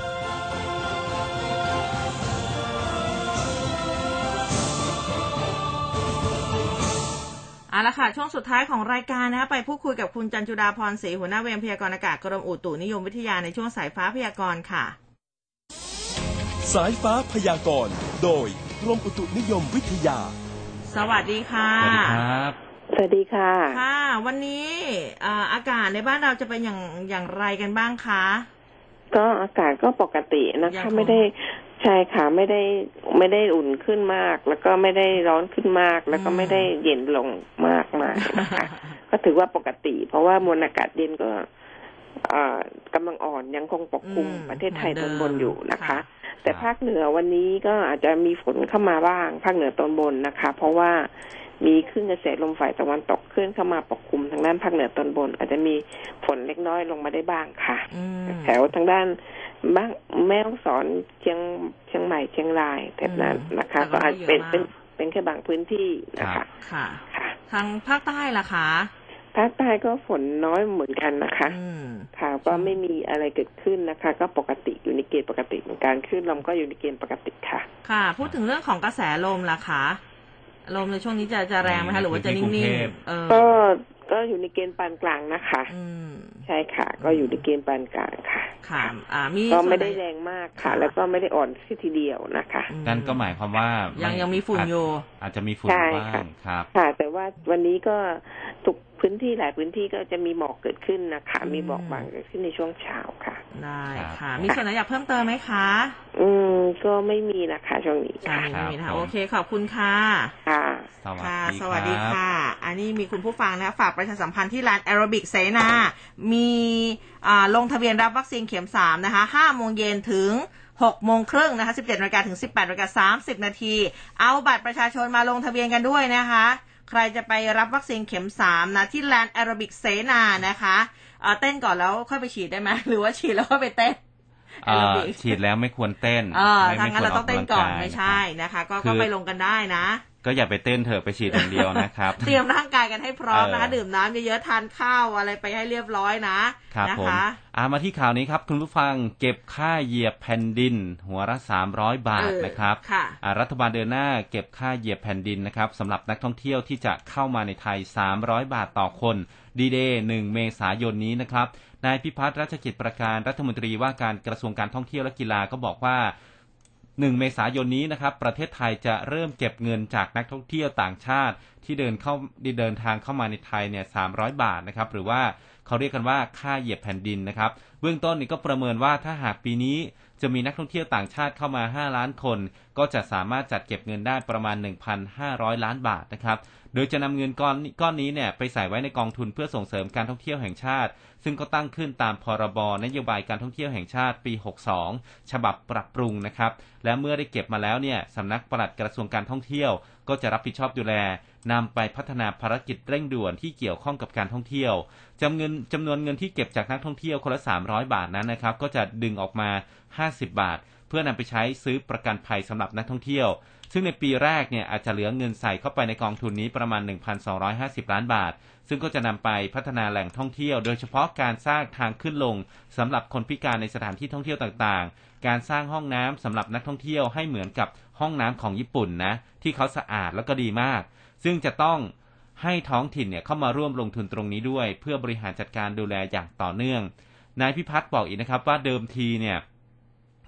เอาละค่ะช่วงสุดท้ายของรายการนะคะไปพูดคุยกับคุณจันจุดาพรศรีหัวหน้าเวรพยากรณ์อากาศกรมอุตุนิยมวิทยาในช่วงสายฟ้าพยากรณ์ค่ะสายฟ้าพยากรณ์โดยกรมอุตุนิยมวิทยาสวัสดีค่ะสวัสดีครับสวัสดีค่ะค่ะวันนี้อากาศในบ้านเราจะเป็นอย่างไรกันบ้างคะก็อากาศก็ปกตินะคะไม่ได้ใช่ค่ะไม่ได้อุ่นขึ้นมากแล้วก็ไม่ได้ร้อนขึ้นมากแล้วก็ไม่ได้เย็นลงมากนะคะก็ถือว่าปกติเพราะว่ามวลอากาศเย็นก็กำลังอ่อนยังคงปกคลุมประเทศไทยตอนบนอยู่นะคะแต่ภาคเหนือวันนี้ก็อาจจะมีฝนเข้ามาบ้างภาคเหนือตอนบนนะคะเพราะว่ามีคลื่นกระแสลมฝ่ายตะวันตกเคลื่อนเข้ามาปกคลุมทางด้านภาคเหนือตอนบนอาจจะมีฝนเล็กน้อยลงมาได้บ้างค่ะแถวทางด้านบ้างแม่ฮ่องสอนเชียงใหม่เชียงรายแถบนั้นนะคะก็อาจเป็นแค่บางพื้นที่นะคะค่ะทางภาคใต้ล่ะคะภาคใต้ก็ฝนน้อยเหมือนกันนะคะค่ะก็ไม่มีอะไรเกิดขึ้นนะคะก็ปกติอยู่ในเกณฑ์ปกติเหมือนกันคลื่นลมก็อยู่ในเกณฑ์ปกติค่ะค่ะพูดถึงเรื่องของกระแสลมล่ะคะลมในช่วงนี้จะแรงไหมคะหรือว่าจะนิ่งๆก็อยู่ในเกณฑ์ปานกลางนะคะใช่ค่ะก็อยู่ในเกณฑ์ปานกลางค่ะค่ะก็ไม่ได้แรงมากค่ะแล้วก็ไม่ได้อ่อนทีเดียวนะคะนั่นก็หมายความว่ายังมีฝุ่นอยู่อาจจะมีฝุ่นบ้างครับค่ะแต่ว่าวันนี้ก็ทุกพื้นที่หลายพื้นที่ก็จะมีหมอกเกิดขึ้นนะคะมีหมอกบางเกิดขึ้นในช่วงเช้าค่ะได้ค่ะมีส่วนไหนอยากเพิ่มเติมไหมคะก็ไม่มีนะคะช่วงนี้ค่ะไม่มีนะคะโอเคขอบคุณค่ะค่ะสวัสดีค่ะอันนี้มีคุณผู้ฟังนะฝากประชาสัมพันธ์ที่ร้านแอโรบิกเสนามีลงทะเบียนรับวัคซีนเข็ม3นะคะ 5 โมงเย็นถึง 6 โมงครึ่งนะคะ 17 นาฬิกาถึง 18 นาฬิกา 30 นาทีเอาบัตรประชาชนมาลงทะเบียนกันด้วยนะคะใครจะไปรับวัคซีนเข็ม3นะที่ร้านแอโรบิกเสนานะคะเต้นก่อนแล้วค่อยไปฉีดได้ไหมหรือว่าฉีดแล้วก็ไปเต้นฉีดแล้วไม่ควรเต้นทางนั้นเราต้องเต้นก่อนไม่ใช่นะคะก็ไปลงกันได้นะก็อย่าไปเต้นเถอะไปฉีดอย่างเดียวนะครับเตรียมร่างกายกันให้พร้อมนะคะดื่มน้ำเยอะๆทานข้าวอะไรไปให้เรียบร้อยนะครับผมมาที่ข่าวนี้ครับคุณผู้ฟังเก็บค่าเหยียบแผ่นดินหัวละ300 บาทนะครับรัฐบาลเดินหน้าเก็บค่าเหยียบแผ่นดินนะครับสำหรับนักท่องเที่ยวที่จะเข้ามาในไทย300 บาทต่อคนดีเดย์1 เมษายนนี้นะครับนายพิพัฒน์รัชกิจประการรัฐมนตรีว่าการกระทรวงการท่องเที่ยวและกีฬาก็บอกว่า1 เมษายนนี้นะครับประเทศไทยจะเริ่มเก็บเงินจากนักท่องเที่ยวต่างชาติที่เดินทางเข้ามาในไทยเนี่ย300 บาทนะครับหรือว่าเขาเรียกกันว่าค่าเหยียบแผ่นดินนะครับเบื้องต้นนี่ก็ประเมินว่าถ้าหากปีนี้จะมีนักท่องเที่ยวต่างชาติเข้ามา5 ล้านคนก็จะสามารถจัดเก็บเงินได้ประมาณ 1,500 ล้านบาทนะครับโดยจะนำเงินก้อนนี้เนี่ยไปใส่ไว้ในกองทุนเพื่อส่งเสริมการท่องเที่ยวแห่งชาติซึ่งก็ตั้งขึ้นตามพรบนโยบายการท่องเที่ยวแห่งชาติปี62ฉบับปรับปรุงนะครับและเมื่อได้เก็บมาแล้วเนี่ยสำนักปลัดกระทรวงการท่องเที่ยวก็จะรับผิดชอบดูแลนำไปพัฒนาภารกิจเร่งด่วนที่เกี่ยวข้องกับการท่องเที่ยวจำนวนเงินที่เก็บจากนักท่องเที่ยวคนละ300 บาทนั้นนะครับก็จะดึงออกมา50 บาทเพื่อนำไปใช้ซื้อประกันภัยสำหรับนักท่องเที่ยวซึ่งในปีแรกเนี่ยอาจจะเหลือเงินใส่เข้าไปในกองทุนนี้ประมาณ 1,250 ล้านบาทซึ่งก็จะนำไปพัฒนาแหล่งท่องเที่ยวโดยเฉพาะการสร้างทางขึ้นลงสำหรับคนพิการในสถานที่ท่องเที่ยวต่างๆการสร้างห้องน้ำสำหรับนักท่องเที่ยวให้เหมือนกับห้องน้ำของญี่ปุ่นนะที่เขาสะอาดแล้วก็ดีมากซึ่งจะต้องให้ท้องถิ่นเนี่ยเข้ามาร่วมลงทุนตรงนี้ด้วยเพื่อบริหารจัดการดูแลอย่างต่อเนื่องนายพิพัฒน์บอกอีกนะครับว่าเดิมทีเนี่ย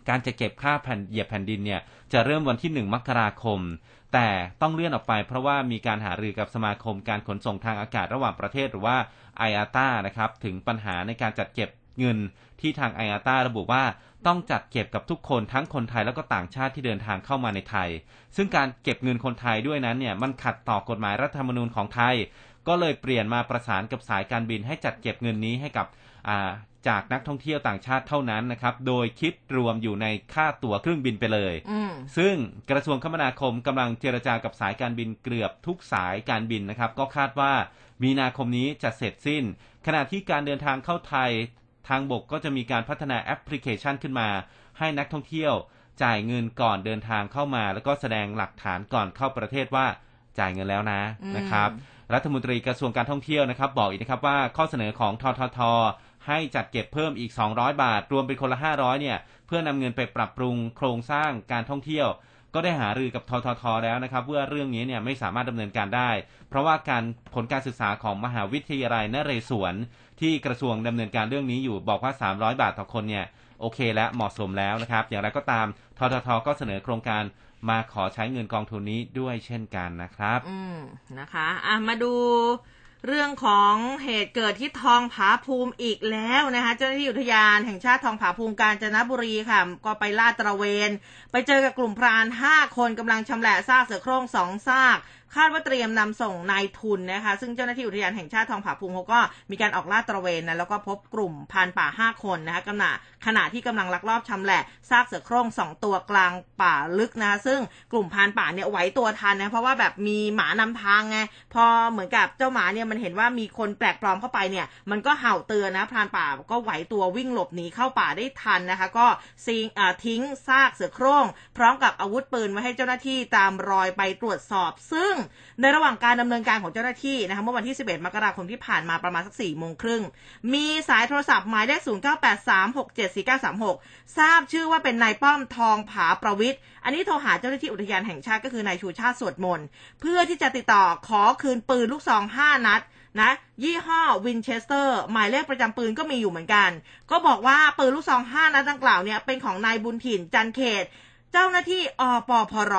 การจะเก็บค่าเหยียบแผ่นดินเนี่ยจะเริ่มวันที่1 มกราคมแต่ต้องเลื่อนออกไปเพราะว่ามีการหารือกับสมาคมการขนส่งทางอากาศระหว่างประเทศหรือว่า IATA นะครับถึงปัญหาในการจัดเก็บเงินที่ทาง IATA ระบุว่าต้องจัดเก็บกับทุกคนทั้งคนไทยแล้วก็ต่างชาติที่เดินทางเข้ามาในไทยซึ่งการเก็บเงินคนไทยด้วยนั้นเนี่ยมันขัดต่อกฎหมายรัฐธรรมนูญของไทยก็เลยเปลี่ยนมาประสานกับสายการบินให้จัดเก็บเงินนี้ให้กับจากนักท่องเที่ยวต่างชาติเท่านั้นนะครับโดยคิดรวมอยู่ในค่าตั๋วเครื่องบินไปเลยซึ่งกระทรวงคมนาคมกำลังเจรจากับสายการบินเกือบทุกสายการบินนะครับก็คาดว่ามีนาคมนี้จะเสร็จสิ้นขณะที่การเดินทางเข้าไทยทางบกก็จะมีการพัฒนาแอปพลิเคชันขึ้นมาให้นักท่องเที่ยวจ่ายเงินก่อนเดินทางเข้ามาแล้วก็แสดงหลักฐานก่อนเข้าประเทศว่าจ่ายเงินแล้วนะครับรัฐมนตรีกระทรวงการท่องเที่ยวนะครับบอกอีกนะครับว่าข้อเสนอของททท.ให้จัดเก็บเพิ่มอีก200 บาทรวมเป็นคนละ500เนี่ยเพื่อนำเงินไปปรับปรุงโครงสร้างการท่องเที่ยวก็ได้หารือกับททท.แล้วนะครับว่าเรื่องนี้เนี่ยไม่สามารถดำเนินการได้เพราะว่าผลการศึกษาของมหาวิทยาลัยนเรศวรที่กระทรวงดำเนินการเรื่องนี้อยู่บอกว่า300 บาทต่อคนเนี่ยโอเคและเหมาะสมแล้วนะครับอย่างไรก็ตามททท.ก็เสนอโครงการมาขอใช้เงินกองทุนนี้ด้วยเช่นกันนะครับนะคะมาดูเรื่องของเหตุเกิดที่ทองผาภูมิอีกแล้วนะคะเจ้าหน้าที่อุทยานแห่งชาติทองผาภูมิกาญจนบุรีค่ะก็ไปลาดตระเวนไปเจอกับกลุ่มพราน5 คนกำลังชำแหละซากเสือโคร่ง2 ซากคาดว่าเตรียมนำส่งนายทุนนะคะซึ่งเจ้าหน้าที่อุทยานแห่งชาติทองผาภูมิเขาก็มีการออกลาดตระเวนนะแล้วก็พบกลุ่มพรานป่า5 คนนะคะขณะที่กำลังลักลอบชำแหละซากเสือโคร่ง2 ตัวกลางป่าลึกนะคะซึ่งกลุ่มพรานป่าเนี่ยไหวตัวทันนะเพราะว่าแบบมีหมานำทางไงพอเหมือนกับเจ้าหมาเนี่ยมันเห็นว่ามีคนแปลกปลอมเข้าไปเนี่ยมันก็เห่าเตือนนะพรานป่าก็ไหวตัววิ่งหลบหนีเข้าป่าได้ทันนะคะก็ทิ้งซากเสือโคร่งพร้อมกับอาวุธปืนไว้ให้เจ้าหน้าที่ตามรอยไปตรวจสอบซึ่งในระหว่างการดำเนินการของเจ้าหน้าที่นะคะเมื่อวันที่11 มกราคมที่ผ่านมาประมาณสัก 4:30 น.มีสายโทรศัพท์หมายเลข 0983674936 ทราบชื่อว่าเป็นนายป้อมทองผาประวิตรอันนี้โทรหาเจ้าหน้าที่อุทยานแห่งชาติก็คือนายชูชาติสวดมนต์เพื่อที่จะติดต่อขอคืนปืนลูกซอง5 นัดนะยี่ห้อวินเชสเตอร์หมายเลขประจำปืนก็มีอยู่เหมือนกันก็บอกว่าปืนลูกซอง5 นัดดังกล่าวเนี่ยเป็นของนายบุญถิ่นจันเขตเจ้าหน้าที่อปพร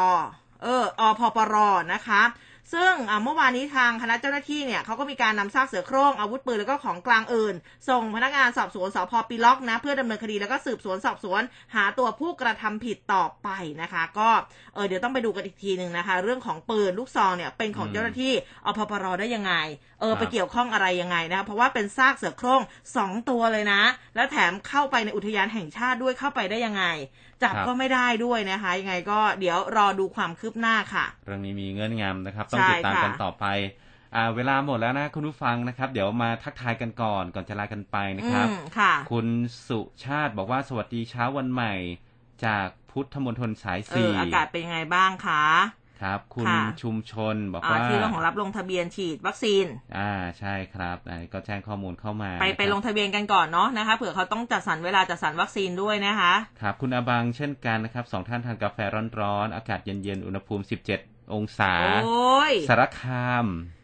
นะคะซึ่งเมื่อวานนี้ทางคณะเจ้าหน้าที่เนี่ยเขาก็มีการนำซากเสือโคร่งอาวุธปืนแล้วก็ของกลางอื่นส่งพนักงานสอบสวนสภ.ปีล็อกนะเพื่อดำเนินคดีแล้วก็สืบสวนสอบสวนหาตัวผู้กระทำผิดต่อไปนะคะก็เดี๋ยวต้องไปดูกันอีกทีนึงนะคะเรื่องของปืนลูกซองเนี่ยเป็นของเจ้าหน้าที่อปพร.ได้ยังไงไปเกี่ยวข้องอะไรยังไงนะคะเพราะว่าเป็นซากเสือโคร่ง2 ตัวเลยนะแล้วแถมเข้าไปในอุทยานแห่งชาติด้วยเข้าไปได้ยังไงจับก็ไม่ได้ด้วยนะคะยังไงก็เดี๋ยวรอดูความคืบหน้าค่ะเรื่องนี้มีเงื่อนงำนะครับต้องติดตามกันต่อไปเวลาหมดแล้วนะคุณผู้ฟังนะครับเดี๋ยวมาทักทายกันก่อนจะลากันไปนะครับคุณสุชาติบอกว่าสวัสดีเช้าวันใหม่จากพุทธมณฑลสาย 4อากาศเป็นยังไงบ้างคะครับคุณชุมชนบอกว่าที่เรื่องของรับลงทะเบียนฉีดวัคซีนใช่ครับก็แจ้งข้อมูลเข้ามาไปลงทะเบียนกันก่อนเนาะนะคะเผื่อเขาต้องจัดสรรเวลาจัดสรรวัคซีนด้วยนะคะครับคุณอาบังเช่นกันนะครับ2 ท่านทานกาแฟร้อนๆอากาศเย็นๆอุณหภูมิ17 องศาสารคาม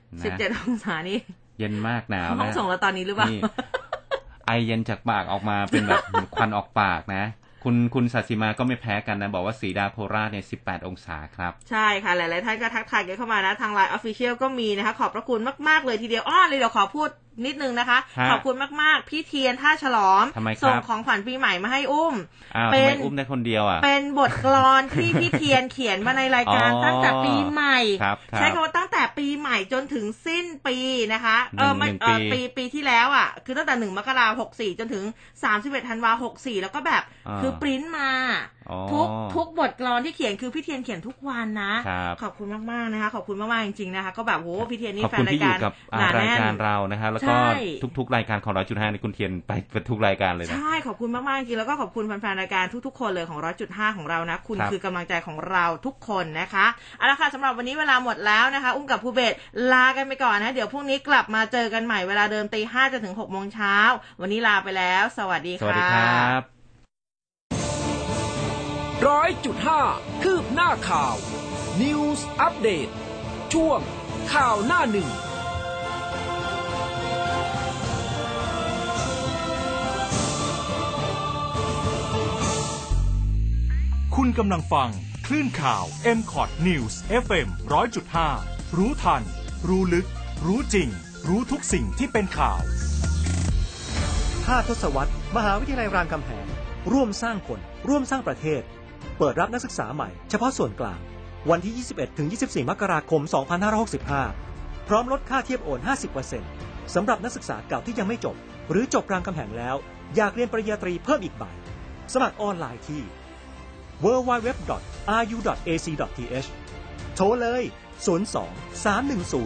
17 องศานี่เย็นมากหนาวนะห้องส่งแล้วตอนนี้หรือเปล่าไอเย็นจากปากออกมาเป็นแบบควันออกปากนะคุณศศิมาก็ไม่แพ้กันนะบอกว่าสีดาโคราชเนี่ย18 องศาครับใช่ค่ะหลายๆท่านก็ทักทายกันเข้ามานะทาง LINE Official ก็มีนะคะขอบพระคุณมากๆเลยทีเดียวเลยเดี๋ยวขอพูดนิดนึงนะคะขอบคุณมากๆพี่เทียนท่าฉลอมส่งของขวัญปีใหม่มาให้อุ้มเป็นอุ้มได้คนเดียวเป็นบทกลอนที่พี่เทียนเขียนมาในรายการตั้งแต่ปีใหม่ใช้คำว่าตั้งแต่ปีใหม่จนถึงสิ้นปีนะคะปีที่แล้วคือตั้งแต่1 มกราคม 64จนถึง31 ธันวาคม 64แล้วก็แบบคือปริ้นมาทุกบทกลอนที่เขียนคือพี่เทียนเขียนทุกวันนะขอบคุณมากๆนะคะขอบคุณมากๆจริงๆนะคะก็แบบโหพี่เทียนนี่แฟนรายการหนาแน่นเรานะครับแล้วก็ทุกๆรายการของ 100.5 ในคุณเทียนไปทุกรายการเลยนะใช่ขอบคุณมากๆจริงแล้วก็ขอบคุณแฟนๆรายการทุกๆคนเลยของ 100.5 ของเรานะคุณคือกำลังใจของเราทุกคนนะคะเอาละค่ะสำหรับวันนี้เวลาหมดแล้วนะคะอุ้มกับภูเบศลากันไปก่อนนะเดี๋ยวพรุ่งนี้กลับมาเจอกันใหม่เวลาเดิม 5:00 น. จนถึง 6:00 น. วันนี้ลาไปแล้วสวัสดีค่ะสวัสดีครับ 100.5 คืบหน้าข่าว News Update ช่วงข่าวหน้าหนึ่งคุณกำลังฟังคลื่นข่าว MCOT News FM 100.5 รู้ทันรู้ลึกรู้จริงรู้ทุกสิ่งที่เป็นข่าว 5 ทศวรรษมหาวิทยาลัยรามคำแหงร่วมสร้างคนร่วมสร้างประเทศเปิดรับนักศึกษาใหม่เฉพาะส่วนกลางวันที่ 21-24 มกราคม 2565 พร้อมลดค่าเทียบโอน 50% สำหรับนักศึกษาเก่าที่ยังไม่จบหรือจบรามคำแหงแล้วอยากเรียนปริญญาตรีเพิ่มอีกใบสมัครออนไลน์ที่ www.ru.ac.th โทรเลย 02 310